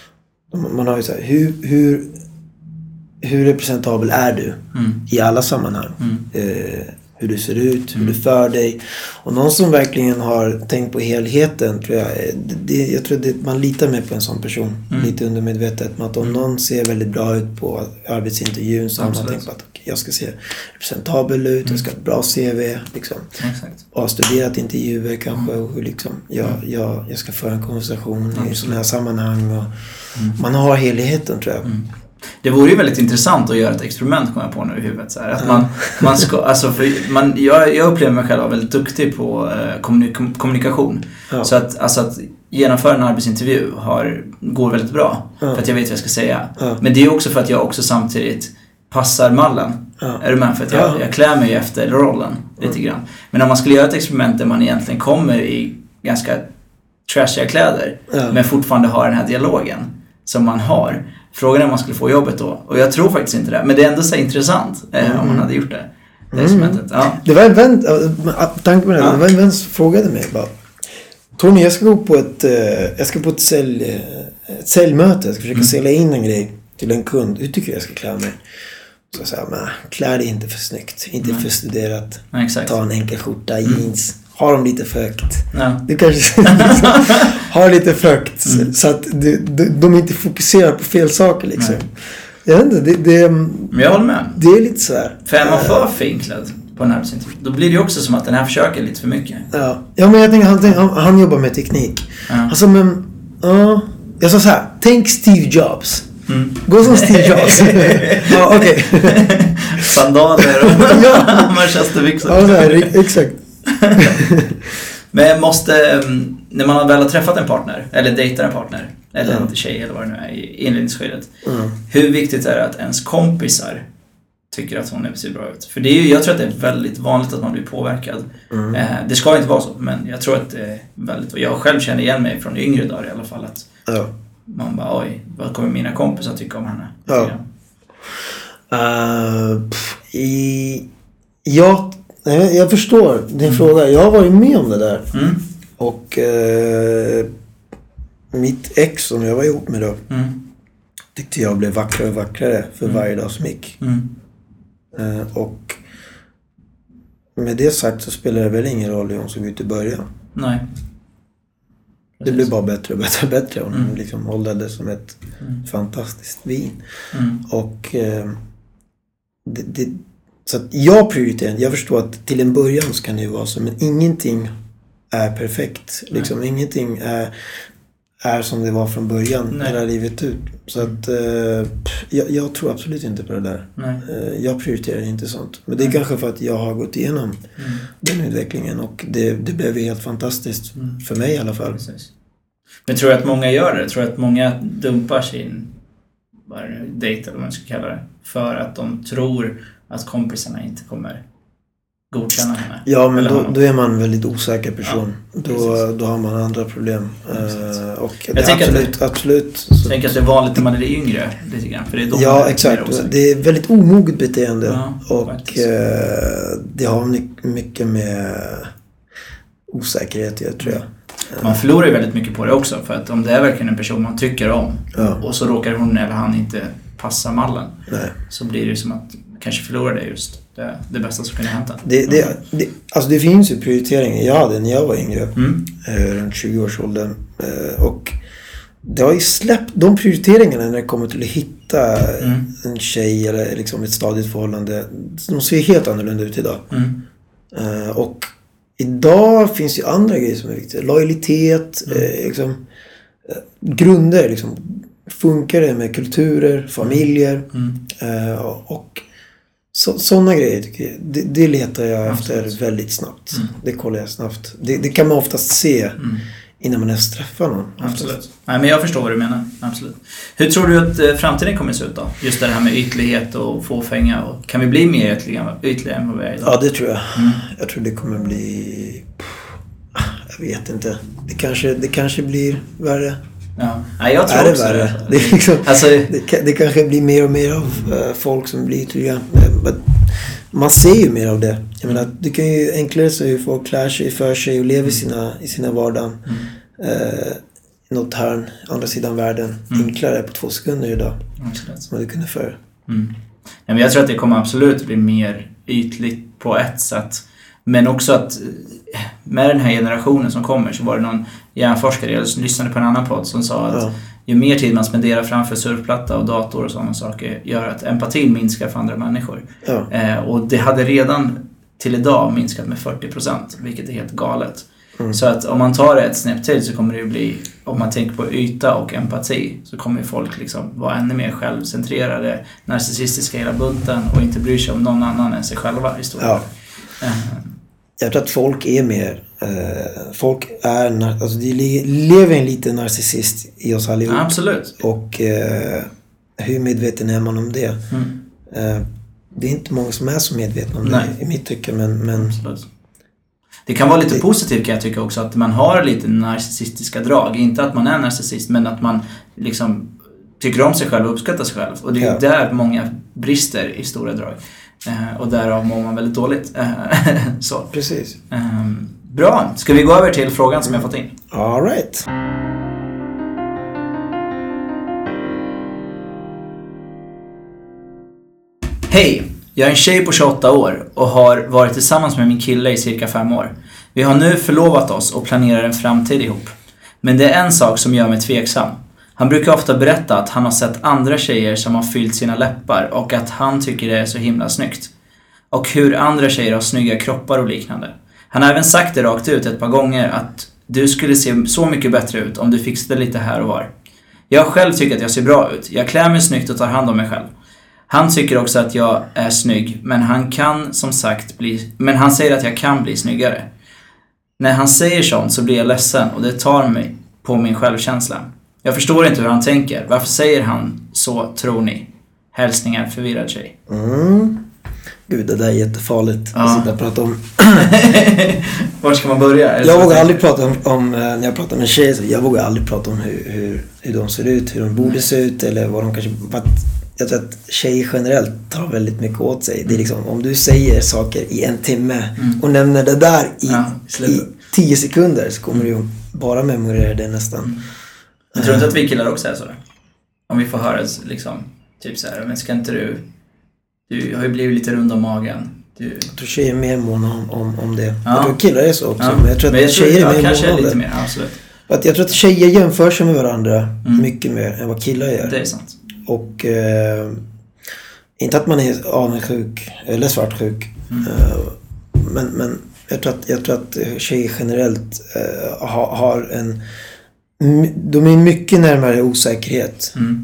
man har ju så här, hur, hur, hur representabel är du mm. i alla sammanhang? Mm. Eh, hur du ser ut, hur mm. du för dig. Och någon som verkligen har tänkt på helheten, tror jag, det, jag tror att man litar mer på en sån person. Mm. Lite undermedvetet. Att om mm. någon ser väldigt bra ut på arbetsintervjun, så har man tänkt på att okay, jag ska se representabel ut, mm. jag ska ha ett bra C V. Liksom. Exakt. Och ha studerat intervjuer kanske. Mm. Och hur liksom, jag, jag, jag ska föra en konversation mm. i sådana här sammanhang. Och mm. man har helheten, tror jag. Mm. Det vore ju väldigt intressant att göra ett experiment, kommer jag på nu i huvudet. Så här. Att man, man ska, alltså för man, jag, jag upplever mig själv väldigt duktig på eh, kommunik- kommunikation. Ja. Så att, alltså att genomföra en arbetsintervju har, går väldigt bra. Ja. För att jag vet vad jag ska säga. Ja. Men det är också för att jag också samtidigt passar mallen. Ja. Är du med? För att jag, ja. jag klär mig efter rollen lite ja. grann. Men om man skulle göra ett experiment där man egentligen kommer i ganska trashiga kläder, ja. men fortfarande har den här dialogen. som man har. Frågan är om man skulle få jobbet då. Och jag tror faktiskt inte det. Men det är ändå så intressant eh, mm. om man hade gjort det. Det, mm. ja. det var en vän, tanke med det, ja. det var en vän som frågade mig bara, Tony, jag ska gå på ett, jag ska på ett, sälj, ett säljmöte. Jag ska försöka mm. sälja in en grej till en kund. Hur tycker jag ska klä mig? Så jag sa, men klär dig inte för snyggt. Inte mm. för studerat. Ja, exakt. Ta en enkel skjorta, mm. jeans. Ha dem lite för högt. Ja. Du kanske ha lite för högt. Mm. Så att de, de, de inte fokuserar på fel saker liksom. Nej. Jag vet inte, det, det, men jag håller med. Det är lite så här. För är man för finklädd på en arbetsintervju, då blir det ju också som att den här försöker lite för mycket. Ja, ja men jag tänker, han, han, han jobbar med teknik. Ja. Alltså, men, ja. Jag sa så här, tänk Steve Jobs. Mm. Gå som Steve Jobs. Ja, okej. Okay. Sandaler och ja. manchesterbyxor. Ja, nej, exakt. Men måste, när man väl har träffat en partner, eller dejtar en partner, eller en tjej eller vad det nu är i inledningsskedet, mm. hur viktigt är det att ens kompisar tycker att hon ser bra ut? För det är ju, jag tror att det är väldigt vanligt att man blir påverkad. Mm. Eh, det ska inte vara så, men jag tror att det är väldigt, och jag själv känner igen mig från yngre dagar i alla fall, att ja. man bara, oj, vad kommer mina kompisar tycka om henne? Ja. Uh, pff, i, jag, jag förstår din mm. fråga. Jag har varit med om det där. Mm. Och uh, mitt ex som jag var ihop med då mm. tyckte jag blev vackrare och vackrare för mm. varje dag som gick. Mm. Uh, och med det sagt så spelar det väl ingen roll hur hon såg ut i början. Nej. Det blev bara bättre och bättre och bättre. Hon mm. liksom hållade som ett mm. fantastiskt vin. Mm. Och uh, det, det, så att jag prioriterar, jag förstår att till en början så kan det ju vara så, men ingenting är perfekt. Liksom, mm. ingenting är är som det var från början. Nej. Hela livet ut. Så att eh, jag, jag tror absolut inte på det där. Eh, jag prioriterar inte sånt. Men det är Nej. kanske för att jag har gått igenom mm. den utvecklingen och det, det blev helt fantastiskt mm. för mig i alla fall. Precis. Men tror jag att många gör det? Tror jag att många dumpar sin dejt eller vad man ska kalla det för att de tror att kompisarna inte kommer godkänna henne? Ja, men då, då är man en väldigt osäker person. Ja, då, då har man andra problem. Uh, och jag det tänker absolut, att det, absolut. Jag tänker att det är vanligt när man är yngre lite grann, för det är då ja, exakt. Är det är väldigt omoget beteende. Ja, och uh, det har mycket med osäkerhet, jag tror jag. Man förlorar ju väldigt mycket på det också, för att om det är verkligen en person man tycker om ja. och så råkar hon eller han inte passa mallen, Nej. så blir det ju som att kanske förlorar det just det, det bästa som kunde hända. Det, det, det, alltså det finns ju prioriteringar jag hade när jag var yngre, mm. eh, runt tjugo-årsåldern. Eh, och det har ju släppt de prioriteringarna när det kommer till att hitta mm. en tjej eller liksom ett stadigt förhållande. De ser helt annorlunda ut idag. Mm. Eh, och idag finns ju andra grejer som är viktiga. Lojalitet, mm. eh, liksom, eh, grunder. Liksom, funkar det med kulturer, familjer mm. eh, och så, sådana grejer tycker jag. Det, det letar jag Absolut. efter väldigt snabbt. Mm. Det kollar jag snabbt. Det, det kan man oftast se mm. innan man ens träffar någon. Absolut. Nej, men jag förstår vad du menar. Absolut. Hur tror du att framtiden kommer se ut då? Just det här med ytlighet och fåfänga. Och kan vi bli mer ytliga, ytliga än vad vi är idag? Ja, det tror jag. Mm. Jag tror det kommer bli... Jag vet inte. Det kanske, det kanske blir värre. Ja. Nej, jag tror är det också värre? det. Det, är liksom, alltså, det, det kanske blir mer och mer av uh, folk som blir ytliga. Man ser ju mer av det. Jag menar, det kan ju enklare se hur folk klär sig för sig och lever mm. sina, i sina vardagen. Mm. Uh, något här, andra sidan världen. Mm. Enklare på två sekunder idag. Absolut. Som det kunde förr. Mm. Ja, men jag tror att det kommer absolut bli mer ytligt på ett sätt. Men också att med den här generationen som kommer, så var det någon hjärnforskare, jag lyssnade på en annan podd som sa att ja. ju mer tid man spenderar framför surfplatta och dator och sådana saker gör att empatin minskar för andra människor. Ja. Eh, och det hade redan till idag minskat med fyrtio procent, vilket är helt galet. Mm. Så att om man tar det ett snäpp till så kommer det ju bli, om man tänker på yta och empati, så kommer folk liksom vara ännu mer självcentrerade, narcissistiska hela bunten och inte bryr sig om någon annan än sig själva i stor ja. eh. Jag tror att folk är mer eh, folk är, alltså de lever en liten narcissist i oss allihop. Ja, absolut. Och eh, hur medveten är man om det? Mm. Eh, det är inte många som är så medvetna om Nej. det i mitt tycke, men, men absolut. Det kan vara lite det, positivt kan jag tycka också, att man har lite narcissistiska drag. Inte att man är narcissist, men att man liksom tycker om sig själv och uppskattar sig själv. Och det är ja. där många brister i stora drag. Eh, och därav mår man väldigt dåligt. Så. Precis. Eh, bra, ska vi gå över till frågan som jag fått in? All right. Hej, jag är en tjej på tjugoåtta år och har varit tillsammans med min kille i cirka fem år. Vi har nu förlovat oss och planerar en framtid ihop. Men det är en sak som gör mig tveksam. Han brukar ofta berätta att han har sett andra tjejer som har fyllt sina läppar och att han tycker det är så himla snyggt. Och hur andra tjejer har snygga kroppar och liknande. Han har även sagt det rakt ut ett par gånger att du skulle se så mycket bättre ut om du fixade lite här och var. Jag själv tycker att jag ser bra ut. Jag klär mig snyggt och tar hand om mig själv. Han tycker också att jag är snygg, men han kan som sagt bli, men han säger att jag kan bli snyggare. När han säger sånt så blir jag ledsen och det tar mig på min självkänsla. Jag förstår inte hur han tänker. Varför säger han så, tror ni? Hälsningar förvirrad tjej. Mm. Gud, det där är jättefarligt ja. att sitta och prata om. Var ska man börja? Jag vågar aldrig prata om, om, när jag pratar med tjejer, så jag vågar aldrig prata om hur, hur, hur de ser ut, hur de borde Nej. se ut eller vad de kanske... Jag tror att tjejer generellt tar väldigt mycket åt sig. Det är liksom, om du säger saker i en timme mm. och nämner det där i, ja, i tio sekunder så kommer mm. du bara memorera det nästan. Mm. Jag tror inte att vi killar också är så. Om vi får höra liksom, typ så här, men ska inte du... Du har ju blivit lite rund om magen. Du... Jag tror tjejer är mer måna om, om, om det. Ja. Jag tror killar är så också. Ja. Men jag tror att men jag tjejer tror, är mer ja, kanske måna om lite det. Mer, absolut. Att jag tror att tjejer jämför sig med varandra mm. mycket mer än vad killar gör. Det är sant. Och eh, inte att man är avundsjuk eller svartsjuk. Mm. Eh, men, men jag tror att, jag tror att tjejer generellt eh, har, har en... De är mycket närmare osäkerhet. Mm.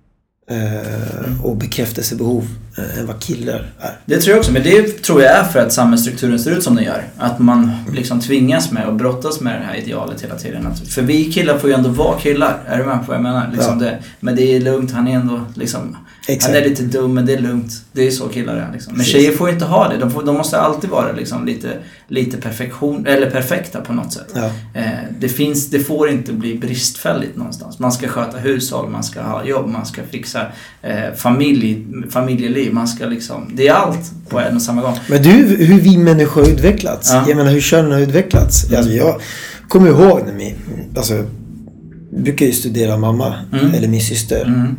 Mm. och bekräftelsebehov än vad killar är. Det tror jag också, men det tror jag är för att samhällsstrukturen ser ut som den gör. Att man liksom tvingas med och brottas med det här idealet hela tiden. För vi killar får ju ändå vara killar, är du med på vad jag menar? Liksom ja. det, men det är lugnt, han är ändå liksom, han är lite dum, men det är lugnt. Det är så killar är liksom. Men tjejer får inte ha det, de, får, de måste alltid vara liksom lite, lite perfektion, eller perfekta på något sätt. Ja. Eh, det, finns, det får inte bli bristfälligt någonstans. Man ska sköta hushåll, man ska ha jobb, man ska fixa eh, familj, familjeliv, man ska liksom, det är allt på en och samma gång. Men du, hur vi människor har utvecklats, ja. jag menar hur könen har utvecklats. Mm. Alltså, jag kommer ihåg när min, alltså, jag brukar ju studera mamma mm. eller min syster mm.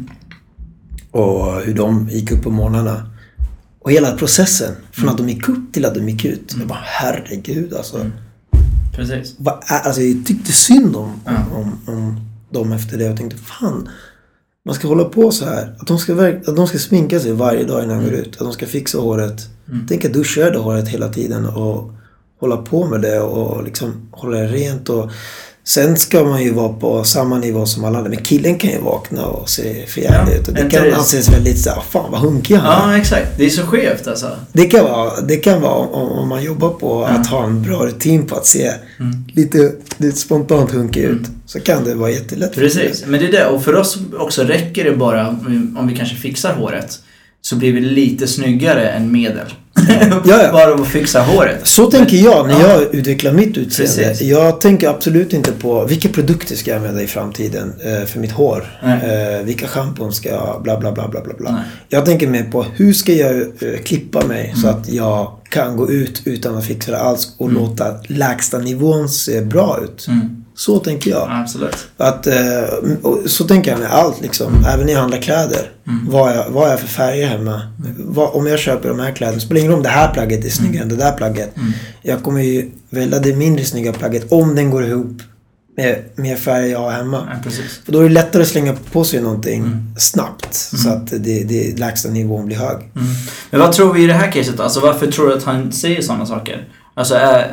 och hur de gick upp på morgnarna och hela processen från mm. att de gick upp till att de gick ut. Mm. Jag bara, herregud alltså. Mm. Precis. Alltså jag tyckte synd om, ja. om, om dem efter det och tänkte, fan, man ska hålla på så här. Att de ska, verk- att de ska sminka sig varje dag innan de mm. går ut. Att de ska fixa håret. Mm. Tänk att duscha det håret hela tiden och hålla på med det och liksom hålla det rent. Och sen ska man ju vara på samma nivå som alla andra. Men killen kan ju vakna och se förjävligt ut. Och det kan det anses väldigt så här, fan vad hunkig han är. Ja, exakt. Det är så skevt alltså. Det kan vara, det kan vara om, om man jobbar på mm. att ha en bra rutin på att se mm. lite, lite spontant hunkig ut. Mm. Så kan det vara jättelätt. Precis, men det är det. Och för oss också räcker det bara om vi kanske fixar håret. Så blir vi lite snyggare än medel. Ja, ja. Bara att fixa håret. Så tänker jag när jag ja. utvecklar mitt utseende. Precis. Jag tänker absolut inte på vilka produkter ska jag använda i framtiden eh, för mitt hår. Eh, vilka schampon ska jag bla bla bla bla bla bla. Jag tänker mer på hur ska jag eh, klippa mig mm. så att jag kan gå ut utan att fixa det alls och mm. låta lägsta nivån se bra ut. Mm. Så tänker jag. Absolut. Att, eh, så tänker jag med allt liksom. Mm. Även när jag handlar kläder. Mm. Vad, jag, vad är jag för färger hemma? Mm. Vad, om jag köper de här kläderna. Spelar ingen roll om det här plagget är snyggare mm. än det där plagget. Mm. Jag kommer ju välja det mindre snygga plagget. Om den går ihop med mer färger jag har hemma. Ja, precis. För då är det lättare att slänga på sig någonting mm. snabbt. Mm. Så att det, det lägsta nivån blir hög. Mm. Men vad tror vi i det här caset? Alltså varför tror du att han säger sådana saker? Alltså, är,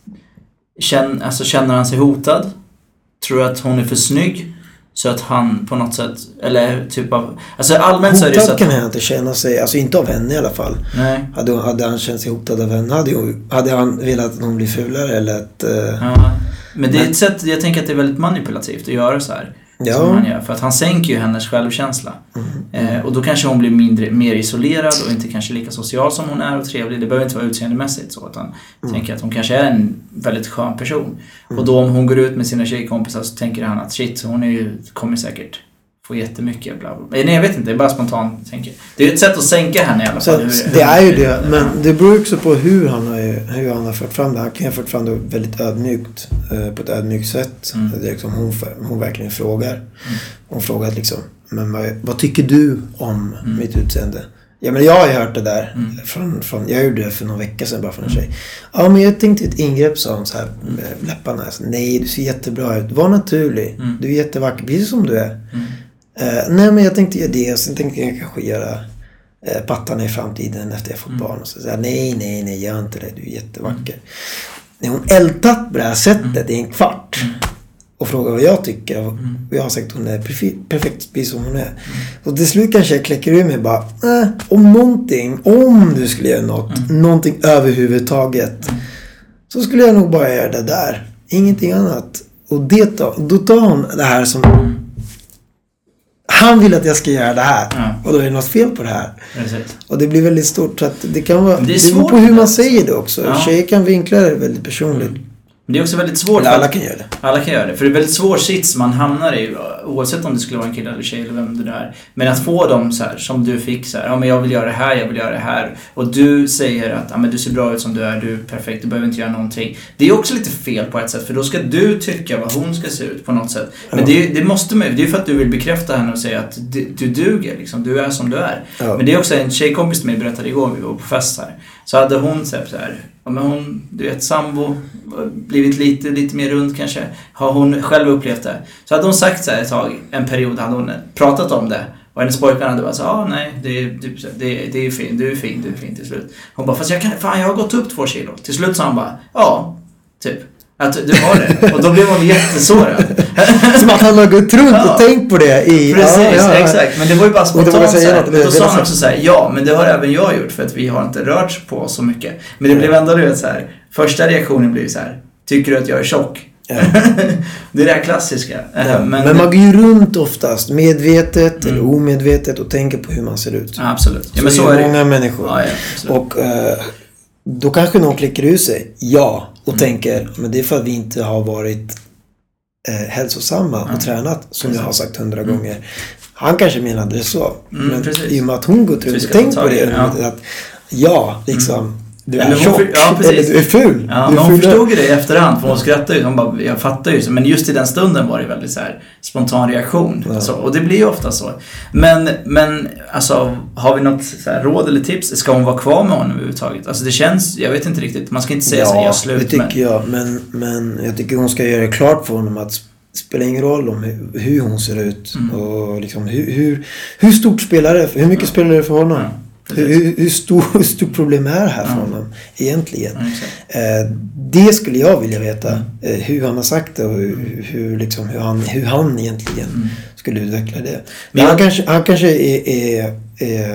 känn, alltså känner han sig hotad? Tror du att hon är för snygg så att han på något sätt, eller typ av, alltså allmänt så är det så att kan han inte känna sig, alltså inte av henne i alla fall. Nej. Hade, hade han känt sig hotad av henne, hade, hade han velat att hon blir fulare eller att uh, ja. Men det är ett sätt, jag tänker att det är väldigt manipulativt att göra så här. Ja. Som han gör, för att han sänker ju hennes självkänsla. Mm. Eh, och då kanske hon blir mindre, mer isolerad och inte kanske lika social som hon är och trevlig. Det behöver inte vara utseendemässigt så, utan mm. tänker att hon kanske är en väldigt skön person. Mm. Och då om hon går ut med sina tjejkompisar så tänker han att shit, hon är ju, kommer säkert får jättemycket bla bla. Nej, jag vet inte, det är bara spontant tänker. Det är ett sätt att sänka henne i alla fall. Så, hur, det är ju det, men det beror också på hur han har, hur han har fört fram det. Han kan ha fört fram det väldigt ödmjukt, på ett ödmjukt sätt. Mm. Det är liksom hon, hon verkligen frågar. Mm. Hon frågar liksom, men vad, vad tycker du om mm. mitt utseende? Ja, men jag har ju hört det där mm. från, från, jag gjorde det för någon vecka sedan bara för en tjej. Ja, men jag tänkte ett ingrepp, sa hon så här med läpparna. Så, nej, du ser jättebra ut. Var naturlig. Mm. Du är jättevacker, precis som du är. Mm. Uh, nej, men jag tänkte göra det. Och sen tänkte jag kanske göra uh, pattarna i framtiden efter jag fått mm. barn. Och så säger nej, nej, nej, gör inte det. Du är jättevacker. Mm. När hon ältat på det här sättet mm. i en kvart. Mm. Och frågar vad jag tycker. Och mm. jag har sagt att hon är perfekt, perfekt precis som hon är. Mm. Och till slut kanske jag kläcker ur mig bara. Äh, om någonting. Om du skulle göra något. Mm. Någonting överhuvudtaget. Mm. Så skulle jag nog bara göra det där. Ingenting annat. Och det tar, då tar hon det här som. Mm. Han vill att jag ska göra det här. Ja. Och då är det något fel på det här. Precis. Och det blir väldigt stort. Så att det kan vara. Det är svårt på hur man säger det också. Ja. Tjejer kan vinkla det väldigt personligt. Mm. Det är också väldigt svårt. Eller alla kan göra det. Alla kan göra det. För det är väldigt svår sits man hamnar i. Oavsett om det skulle vara en kille eller tjej eller vem det är. Men att få dem så här, som du fick så här. Ja, men jag vill göra det här, jag vill göra det här. Och du säger att ja, men du ser bra ut som du är, du är perfekt, du behöver inte göra någonting. Det är också lite fel på ett sätt. För då ska du tycka vad hon ska se ut på något sätt. Men ja. det, det måste man, det är för att du vill bekräfta henne och säga att du, du duger liksom. Du är som du är. Ja. Men det är också en tjejkompis till mig berättade igår, vi var på fest här. Så hade hon sagt så här. Ja, men hon, du vet, sambo, blivit lite, lite mer rund kanske. Har hon själv upplevt det. Så hade hon sagt så här ett tag, en period hade hon pratat om det. Och hennes pojkvän hade bara så ah, nej, det är, det, det är fin, du är fin, du är fin till slut. Hon bara, fast jag kan, fan jag har gått upp två kilo. Till slut sa han bara, ja, typ. Att du har det. Och då blev hon jättesårad. Som att han har gått runt ja. och tänkt på det i... Precis, ja, ja, ja. exakt. Men det var ju bara spontant så här. Och då sa han också så här, ja, men det har även jag gjort för att vi har inte rört på så mycket. Men det blev ändå vet, så här. Första reaktionen blev så här, tycker du att jag är tjock? Ja. Det är det här klassiska. Ja. Men, men man går ju runt oftast medvetet mm. eller omedvetet och tänker på hur man ser ut. Ja, absolut. Ja, så men så är är det många människor. Ja, ja, och uh, då kanske någon klickar ur sig. Ja. Och mm. tänker, men det är för att vi inte har varit eh, hälsosamma mm. och tränat, som precis. Jag har sagt hundra mm. gånger. Han kanske menade det så. Mm, men precis. i och med att hon gått runt och tänkt på det. Ja, att, ja liksom, mm. du är tjock. För, ja, eller du är ful. Ja, du men hon förstod ju det i efterhand, för hon skrattade ju. Hon bara, jag fattar ju. Men just i den stunden var det väldigt så här spontan reaktion. Ja. Alltså, och det blir ju ofta så. Men, men alltså, har vi något så här råd eller tips? Ska hon vara kvar med honom överhuvudtaget? Alltså det känns, jag vet inte riktigt. Man ska inte säga ja, så här, jag slut. det tycker men... jag. Men, men jag tycker hon ska göra det klart för honom att spelar ingen roll om hur, hur hon ser ut. Mm. Och liksom hur, hur, hur stort spelar det? Hur mycket ja. spelar det för honom? Ja. Hur, hur, stor, hur stort problem är det här för mm. honom egentligen? Mm, eh, det skulle jag vilja veta. Mm. Eh, hur han har sagt det och hur, hur, liksom, hur, han, hur han egentligen mm. skulle utveckla det. Men han kanske, han kanske är, är, är,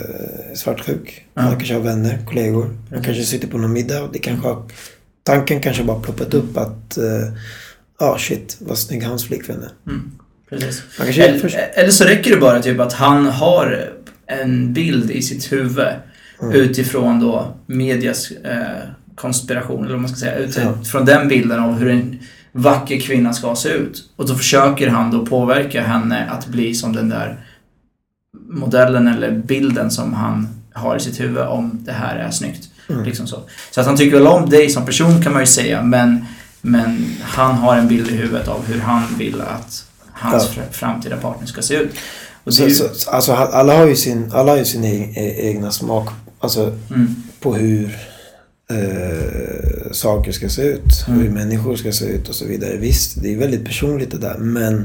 är svartsjuk. Mm. Han kanske har vänner, kollegor. Han mm. kanske sitter på någon middag. Och det kanske har, tanken kanske bara ploppat upp att ja, uh, oh shit, vad snygg hans flickvän är. Mm. Precis. Eller, eller så räcker det bara typ att han har en bild i sitt huvud mm. utifrån då medias eh, konspiration, eller vad man ska säga, utifrån ja. den bilden av hur en vacker kvinna ska se ut. Och då försöker han då påverka henne att bli som den där modellen eller bilden som han har i sitt huvud om det här är snyggt. Mm. Liksom så. Så att han tycker väl om dig som person kan man ju säga, men, men han har en bild i huvudet av hur han vill att hans ja. framtida partner ska se ut. Så, ju... så, alltså alla har ju sin, alla har ju sin egen, egna smak alltså mm. på hur eh, saker ska se ut, mm. hur människor ska se ut och så vidare. Visst, det är väldigt personligt det där, men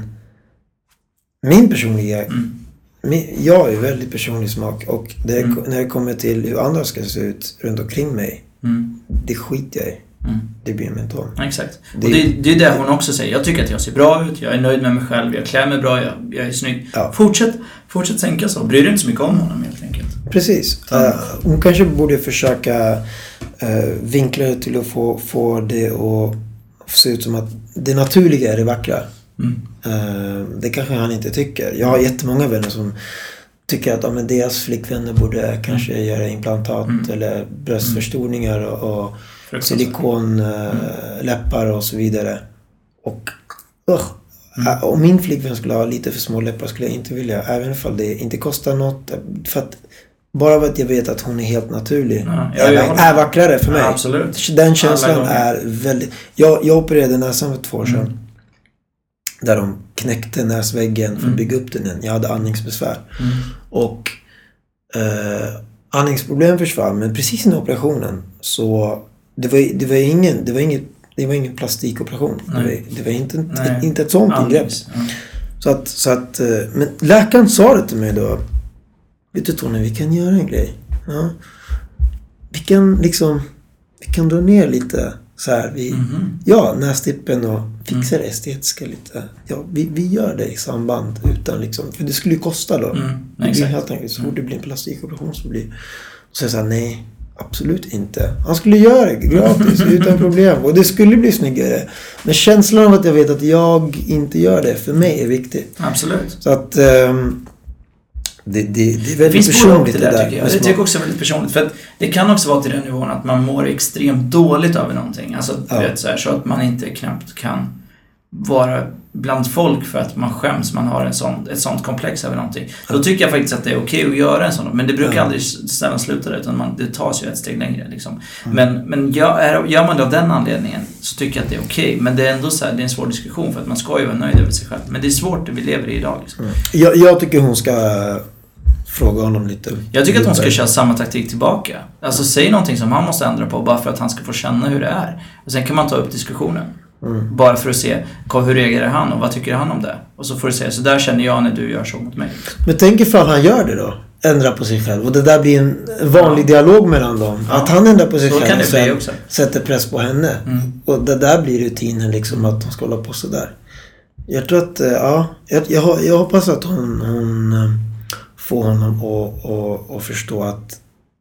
min personliga mm. min, jag är väldigt personlig smak och det, mm. när det kommer till hur andra ska se ut runt omkring mig mm. det skiter jag i. Mm. Det blir mig inte om. Ja, exakt. Det, och det, det är det hon också säger. Jag tycker att jag ser bra ut. Jag är nöjd med mig själv. Jag klär mig bra. Jag, jag är snygg. Ja. Fortsätt, fortsätt tänka så. Bryr dig inte så mycket om honom helt enkelt. Precis. Uh, hon kanske borde försöka uh, vinkla det till att få, få det att se ut som att det naturliga är det vackra. Mm. Uh, det kanske han inte tycker. Jag har jättemånga vänner som tycker att ja, men deras flickvänner borde kanske mm. göra implantat mm. eller bröstförstoringar och, och silikonläppar mm. och så vidare. Och uh, Mm. Om min flickvän skulle ha lite för små läppar skulle jag inte vilja. Även ifall det inte kostar något. För att, bara för att jag vet att hon är helt naturlig. Ja, är, är vackrare för mig. Ja, absolut. Den känslan är väldigt... Jag, jag opererade näsan för två år sedan. Mm. Där de knäckte näsväggen för att mm. bygga upp den igen. Jag hade andningsbesvär. Mm. Och eh, andningsproblem försvann. Men precis innan operationen så... Det var, det var ingen... Det var ingen Det var ingen plastikoperation. Det var, det var inte, ett, inte ett sånt ingrepp. Mm. Så att, så att, men läkaren sa det till mig då. Vet du Tony, vi kan göra en grej. Ja. Vi kan liksom, vi kan dra ner lite så här. Vi, mm-hmm. Ja, nästippen och fixa det estetiska lite. Ja, vi, vi gör det i samband utan liksom, för det skulle ju kosta då. Mm. Det blir helt enkelt, så fort det blir en plastikoperation så blir så jag sa nej. Absolut inte. Han skulle göra det gratis utan problem. Och det skulle bli snyggare. Men känslan av att jag vet att jag inte gör det för mig är viktigt. Absolut. Så att um, det, det, det är väldigt personligt det där, där tycker jag. Det tycker jag också är väldigt personligt. För att det kan också vara till den nivån att man mår extremt dåligt över någonting. Alltså ja. vet, så, här, så att man inte knappt kan vara bland folk för att man skäms, man har en sån, ett sånt komplex över någonting. Då tycker jag faktiskt att det är okej att göra en sån, men det brukar mm. aldrig sällan sluta det, utan man, det tas ju ett steg längre liksom. Mm. Men, men gör, gör man det av den anledningen så tycker jag att det är okej, men det är ändå så här, det är en svår diskussion för att man ska ju vara nöjd över sig själv, men det är svårt det vi lever i idag liksom. Mm. jag, jag tycker hon ska fråga honom lite. Jag tycker att hon ska köra samma taktik tillbaka. Alltså säg någonting som han måste ändra på bara för att han ska få känna hur det är, och sen kan man ta upp diskussionen. Mm. Bara för att se hur reagerar han och vad tycker han om det. Och så får du säga, så där känner jag när du gör så mot mig. Men tänk ifall han gör det då. Ändrar på sig själv. Och det där blir en vanlig ja. dialog mellan dem. Ja. Att han ändrar på sig så själv och sen också. Sätter press på henne. Mm. Och det där blir rutinen liksom, att de ska hålla på så där. Jag tror att, ja, jag, jag, jag hoppas att hon, hon får honom att och, och förstå att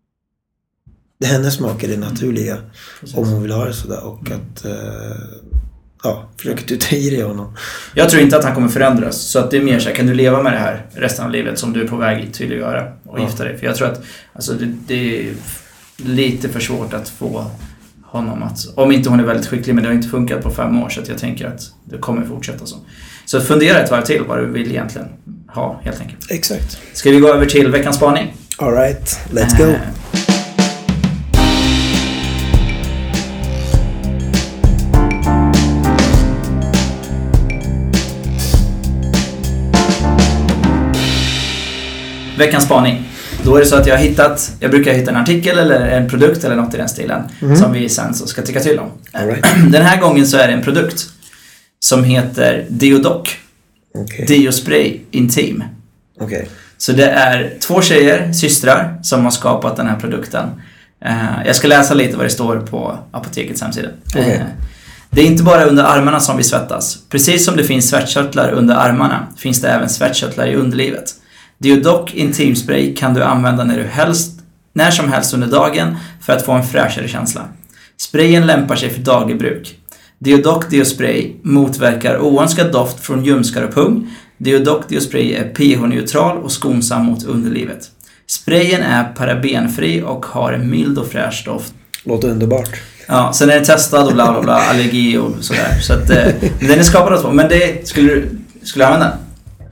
det hennes smak är det naturliga. Mm. Om hon vill ha det sådär. Och mm. att ja, försöker du ta i det honom. Jag tror inte att han kommer förändras. Så att det är mer så här, kan du leva med det här resten av livet som du är på väg till att göra och ja. gifta dig? För jag tror att alltså, det, det är lite för svårt att få honom att, om inte hon är väldigt skicklig, men det har inte funkat på fem år, så att jag tänker att det kommer fortsätta så. Så fundera ett varv till vad du vill egentligen ha, helt enkelt. Exakt. Ska vi gå över till veckans spaning? All right, let's go. Uh, Veckans spaning. Då är det så att jag har hittat, jag brukar hitta en artikel eller en produkt eller något i den stilen mm. som vi sen så ska tycka till om. All right. Den här gången så är det en produkt som heter Deodoc. Okay. Deospray Intim. Okay. Så det är två tjejer, systrar, som har skapat den här produkten. Uh, jag ska läsa lite vad det står på apotekets hemsida. Okay. Uh, det är inte bara under armarna som vi svettas. Precis som det finns svettkörtlar under armarna finns det även svettkörtlar i underlivet. Deodoc Intimspray kan du använda när du helst, när som helst under dagen för att få en fräschare känsla. Sprayen lämpar sig för daglig bruk. Deodoc Deospray motverkar oönskad doft från ljumskar och pung. Deodoc Deospray är pH-neutral och skonsam mot underlivet. Sprayen är parabenfri och har en mild och fräsch doft. Låter underbart. Ja, sen är den testad och bla bla bla, allergi och sådär. Så att eh, den är skapad av, men det skulle du skulle du använda den?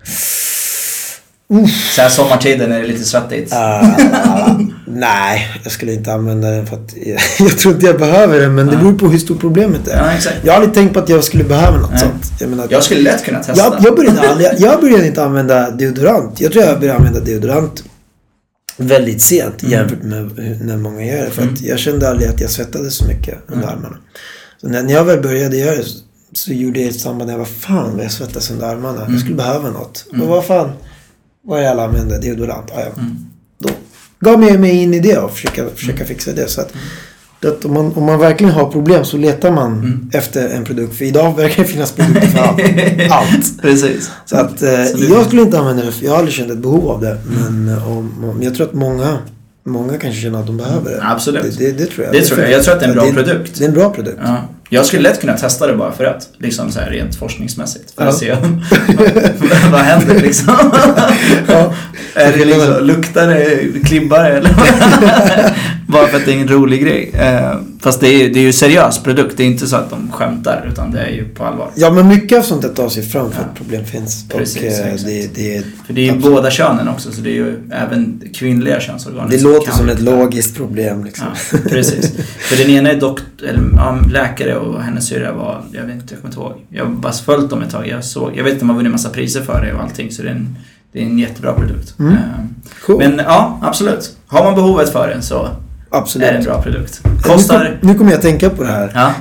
Så här sommartiden är det lite svettigt. Uh, nej, jag skulle inte använda den för att jag, jag tror inte jag behöver den, men ja. det beror på hur stort problemet är. Ja, exakt. Jag har aldrig tänkt på att jag skulle behöva något Nej. sånt. Jag, menar, jag skulle lätt kunna testa. Jag, jag, började aldrig, jag började inte använda deodorant. Jag tror jag började använda deodorant väldigt sent mm. jämfört med när många gör det. För mm. att jag kände aldrig att jag svettades så mycket under mm. armarna. Så när, när jag väl började göra det så, så gjorde jag ett samband där jag var fan vad jag svettas under armarna. Mm. Jag skulle behöva något. Mm. Och vad fan... Vad jag alla använder, deodorant. Ja, ja. Mm. Då gav jag mig in i det och försöka, försöka fixa det. Så att, mm. att om, man, om man verkligen har problem så letar man mm. efter en produkt. För idag verkar det finnas produkter för allt. allt. Precis. Så att eh, så jag skulle inte använda det, för jag har aldrig känt ett behov av det. Mm. Men om, om, jag tror att många... Många kanske känner att de behöver det. Absolut. Det, det, det tror jag. Det tror jag. Jag tror att det är en bra det, produkt. Det är en bra produkt. Ja. Jag skulle lätt kunna testa det bara för att. Liksom så här rent forskningsmässigt. För ja. att se vad händer liksom. Ja. Är det liksom, luktar det, klibbar det eller? Bara för att det är en rolig grej. Eh, fast det är, det är ju seriös produkt. Det är inte så att de skämtar, utan det är ju på allvar. Ja, men mycket av sånt där tar sig fram för ja. att problem finns. Precis, och, eh, det, det är, för det är ju absolut. båda könen också, så det är ju även kvinnliga könsorgan. Det låter som ett logiskt problem liksom. Ja, precis. För den ena är dokt- eller, ja, läkare och hennes syra var, jag vet inte, jag kommer inte ihåg. Jag har bara följt dem ett tag. Jag, såg, jag vet inte om man vunnit massa priser för det och allting, så det är en, det är en jättebra produkt. Mm. Cool. Men ja, absolut. Har man behovet för den så absolut. Är det en bra produkt. Kostar... Nu, kom, nu kommer jag tänka på det här. Ja.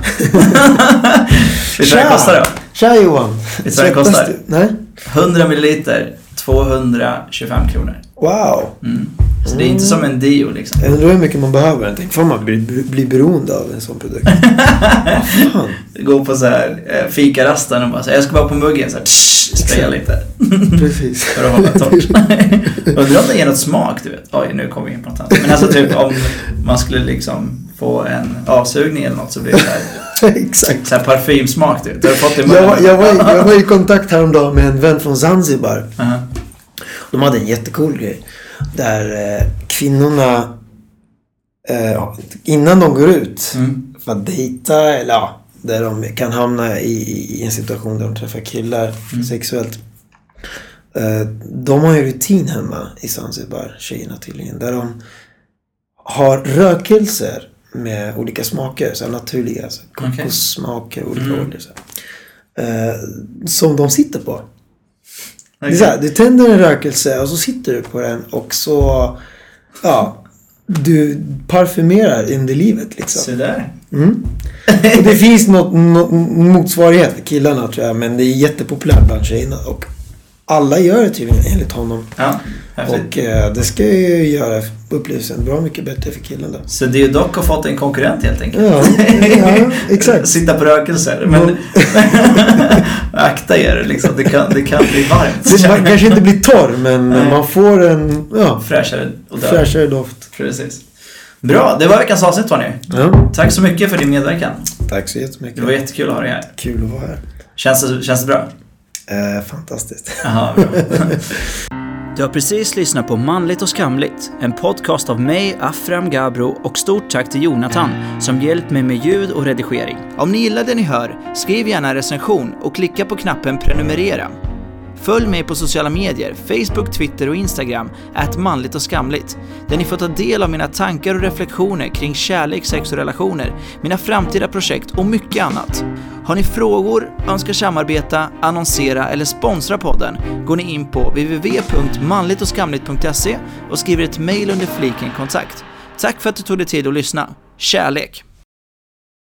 Vet du vad det kostar då? Tja Johan. Vet du vad det kostar? Nej. hundra milliliter, tvåhundratjugofem kronor. Wow. Mm. Så det är inte som en dio liksom. Jag undrar hur mycket man behöver. Jag tänkte, fan man blir, blir beroende av en sån produkt. Fan. Gå på så här eh, fikarasten och bara så här, jag ska bara på muggen så här, tsch, spraya lite. Precis. För att hålla torrt. Undrar om det ger något smak, du vet. Oj, nu kommer vi in på något annat. Men alltså typ om man skulle liksom få en avsugning eller något så blir det så här. Exakt. Så här parfymsmak, du vet. Har du fått det i jag, var, jag, var, jag var i kontakt häromdagen med en vän från Zanzibar. Uh-huh. De hade en jättecool grej. Där eh, kvinnorna eh, innan de går ut mm. för att dejta eller ja, där de kan hamna i, i en situation där de träffar killar mm. sexuellt. Eh, de har ju rutin hemma i Zanzibar, tjejerna tydligen, där de har rökelser med olika smaker, så naturliga, alltså kokossmaker, olika mm. oljor så eh, som de sitter på. Okay. Det är så här, du tänder en rökelse och så sitter du på den och så ja, du parfymerar under livet liksom. Så där. Mm. Och det finns något, något motsvarighet för killarna tror jag, men det är jättepopulärt bland tjejerna och alla gör det tydligen enligt honom. Ja, och eh, det ska ju göra upplevelsen bra mycket bättre för killarna. Så det är ju dock har fått en konkurrent helt enkelt. Ja, ja exakt. Sitta på rökelser. Men akta er liksom. Det kan, det kan bli varmt. Det, man kanske inte blir torr, men nej. Man får en ja, fräschare, och fräschare doft. Precis. Bra, det var veckans avsnitt var ni. Ja. Tack så mycket för din medverkan. Tack så jättemycket. Det var jättekul att ha dig här. Kul att vara här. Känns det, känns det bra? Eh, fantastiskt. Aha, bra. Du har precis lyssnat på Manligt och skamligt, en podcast av mig, Afram Gabro, och stort tack till Jonathan som hjälpt mig med ljud och redigering. Om ni gillar det ni hör, skriv gärna en recension och klicka på knappen prenumerera. Följ mig på sociala medier, Facebook, Twitter och Instagram, at manligt och skamligt, där ni får ta del av mina tankar och reflektioner kring kärlek, sex och relationer, mina framtida projekt och mycket annat. Har ni frågor, önskar samarbeta, annonsera eller sponsra podden, går ni in på w w w punkt manligt och skamligt punkt se och skriver ett mejl under fliken kontakt. Tack för att du tog dig tid att lyssna. Kärlek!